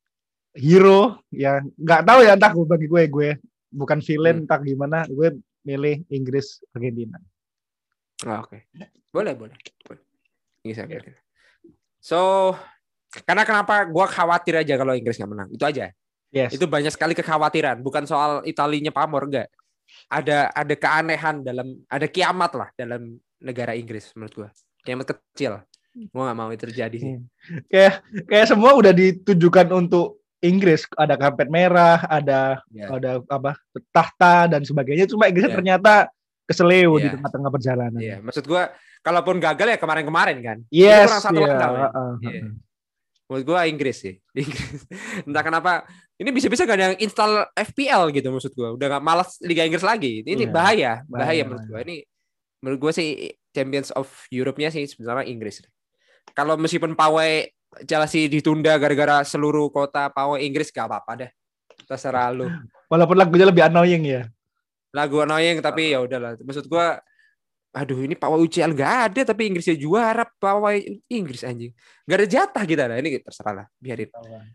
hero yang nggak tahu ya, entah bagi gue gue bukan villain, hmm. entah gimana, gue milih Inggris Argentina. Oh, Oke, okay. boleh boleh. boleh. Inggris Argentina. So, karena kenapa gue khawatir aja kalau Inggris nggak menang, itu aja. Yes. Itu banyak sekali kekhawatiran, bukan soal Italinya pamor, enggak. Ada ada keanehan dalam, ada kiamat lah dalam negara Inggris menurut gue. Kiamat kecil. Gue nggak mau itu terjadi sih. Kayak kayak semua udah ditujukan untuk Inggris, ada karpet merah, ada yeah. ada apa tahta dan sebagainya. Cuma Inggris yeah. ternyata keseleo yeah. di tengah-tengah perjalanan. Iya, yeah. Maksud gue, kalaupun gagal ya kemarin-kemarin kan. Yes. Ini kurang satu yeah. langkah. Uh, uh, yeah. Menurut gue Inggris sih. Inggris. Entah kenapa. Ini bisa-bisa gak ada yang install F P L gitu maksud gue. Udah gak malas Liga Inggris lagi. Ini yeah. bahaya, bahaya, bahaya menurut gue. Ini menurut gue sih Champions of Europe-nya sih sebenarnya Inggris. Kalau meskipun pawai Chelsea ditunda gara-gara seluruh kota pawai Inggris gak apa-apa deh. Terserah lu. Walaupun lagunya lebih annoying ya. Lagu annoying tapi ya udahlah. Maksud gua aduh ini pawai U C L gak ada tapi Inggrisnya juara, pawai Inggris anjing. Gak ada jatah kita lah. Ini terserah lah, biarin.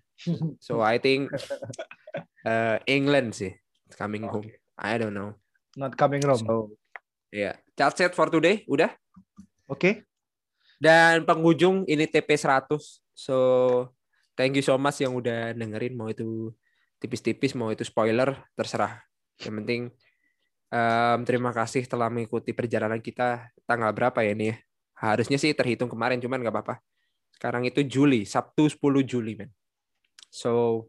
So I think uh, England sih coming home. I don't know. Not coming home. So ya, yeah. That's it for today. Udah. Oke. Okay. Dan penghujung ini T P seratus. So, thank you so much yang udah dengerin. Mau itu tipis-tipis, mau itu spoiler, terserah. Yang penting, um, terima kasih telah mengikuti perjalanan kita. Tanggal berapa ya ini ya? Harusnya sih terhitung kemarin, cuman nggak apa-apa. Sekarang itu Juli, Sabtu sepuluh Juli, men. So,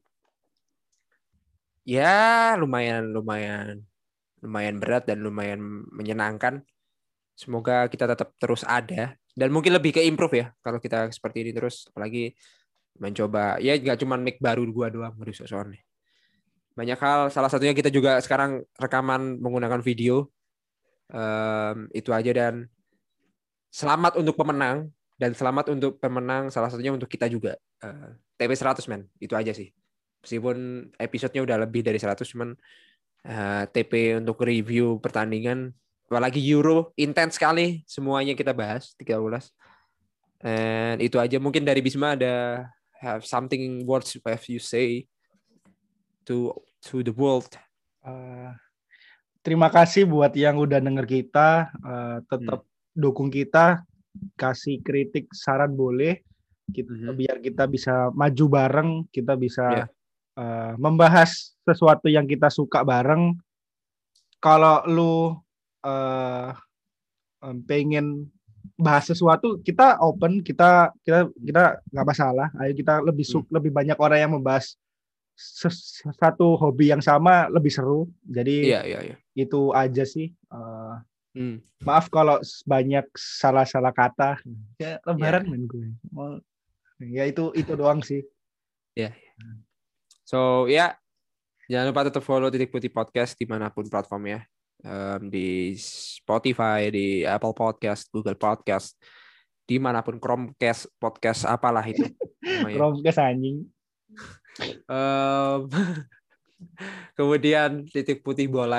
ya lumayan, lumayan, lumayan berat dan lumayan menyenangkan. Semoga kita tetap terus ada. Dan mungkin lebih ke improve ya kalau kita seperti ini terus, apalagi mencoba ya nggak cuma mic baru gua doang ngurus soalnya banyak hal, salah satunya kita juga sekarang rekaman menggunakan video. Um, itu aja dan selamat untuk pemenang dan selamat untuk pemenang salah satunya untuk kita juga uh, T P seratus men, itu aja sih meskipun episodenya udah lebih dari seratus cuman uh, T P untuk review pertandingan apalagi Euro intens sekali, semuanya kita bahas tiga belas. And itu aja, mungkin dari Bisma ada have something words have you say to to the world. Uh, terima kasih buat yang udah denger kita, uh, tetap hmm. dukung kita, kasih kritik saran boleh, kita, hmm. biar kita bisa maju bareng, kita bisa yeah. uh, membahas sesuatu yang kita suka bareng. Kalau lu Uh, um, pengen bahas sesuatu, kita open, kita kita kita nggak masalah. Ayo kita lebih su- hmm. lebih banyak orang yang membahas ses- satu hobi yang sama, lebih seru. Jadi yeah, yeah, yeah. itu aja sih. Uh, hmm. Maaf kalau banyak salah-salah kata. Ya lebaran yeah. men gue. Mau, ya itu itu doang sih. Ya. Yeah. So ya yeah. Jangan lupa tetap follow Titik Putih Podcast dimanapun platformnya. Um, di Spotify, di Apple Podcast, Google Podcast, dimanapun, Chromecast, podcast apalah itu. Chromecast anjing. Um, kemudian Titik Putih Bola ya.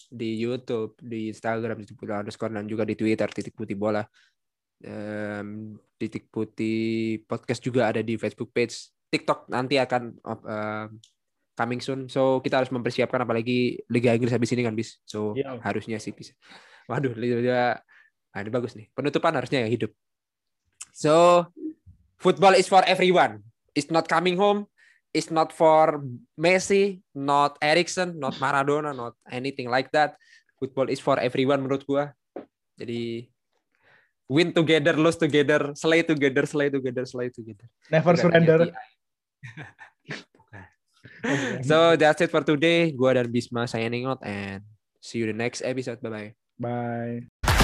di YouTube, di Instagram titik putih underscore dan juga di Twitter titik putih bola. Um, titik putih podcast juga ada di Facebook page. TikTok nanti akan uh, coming soon. So kita harus mempersiapkan apalagi Liga Inggris habis ini kan bis. So Iya. harusnya sih bisa. Waduh, Liga nah, ini bagus nih. Penutupan harusnya yang hidup. So football is for everyone. It's not coming home. It's not for Messi, not Eriksen, not Maradona, not anything like that. Football is for everyone menurut gua. Jadi win together, lose together, slay together, slay together, slay together. Never Bukan surrender. Bukan. So that's it for today. Gua dan Bisma signing out and see you the next episode. Bye bye. Bye.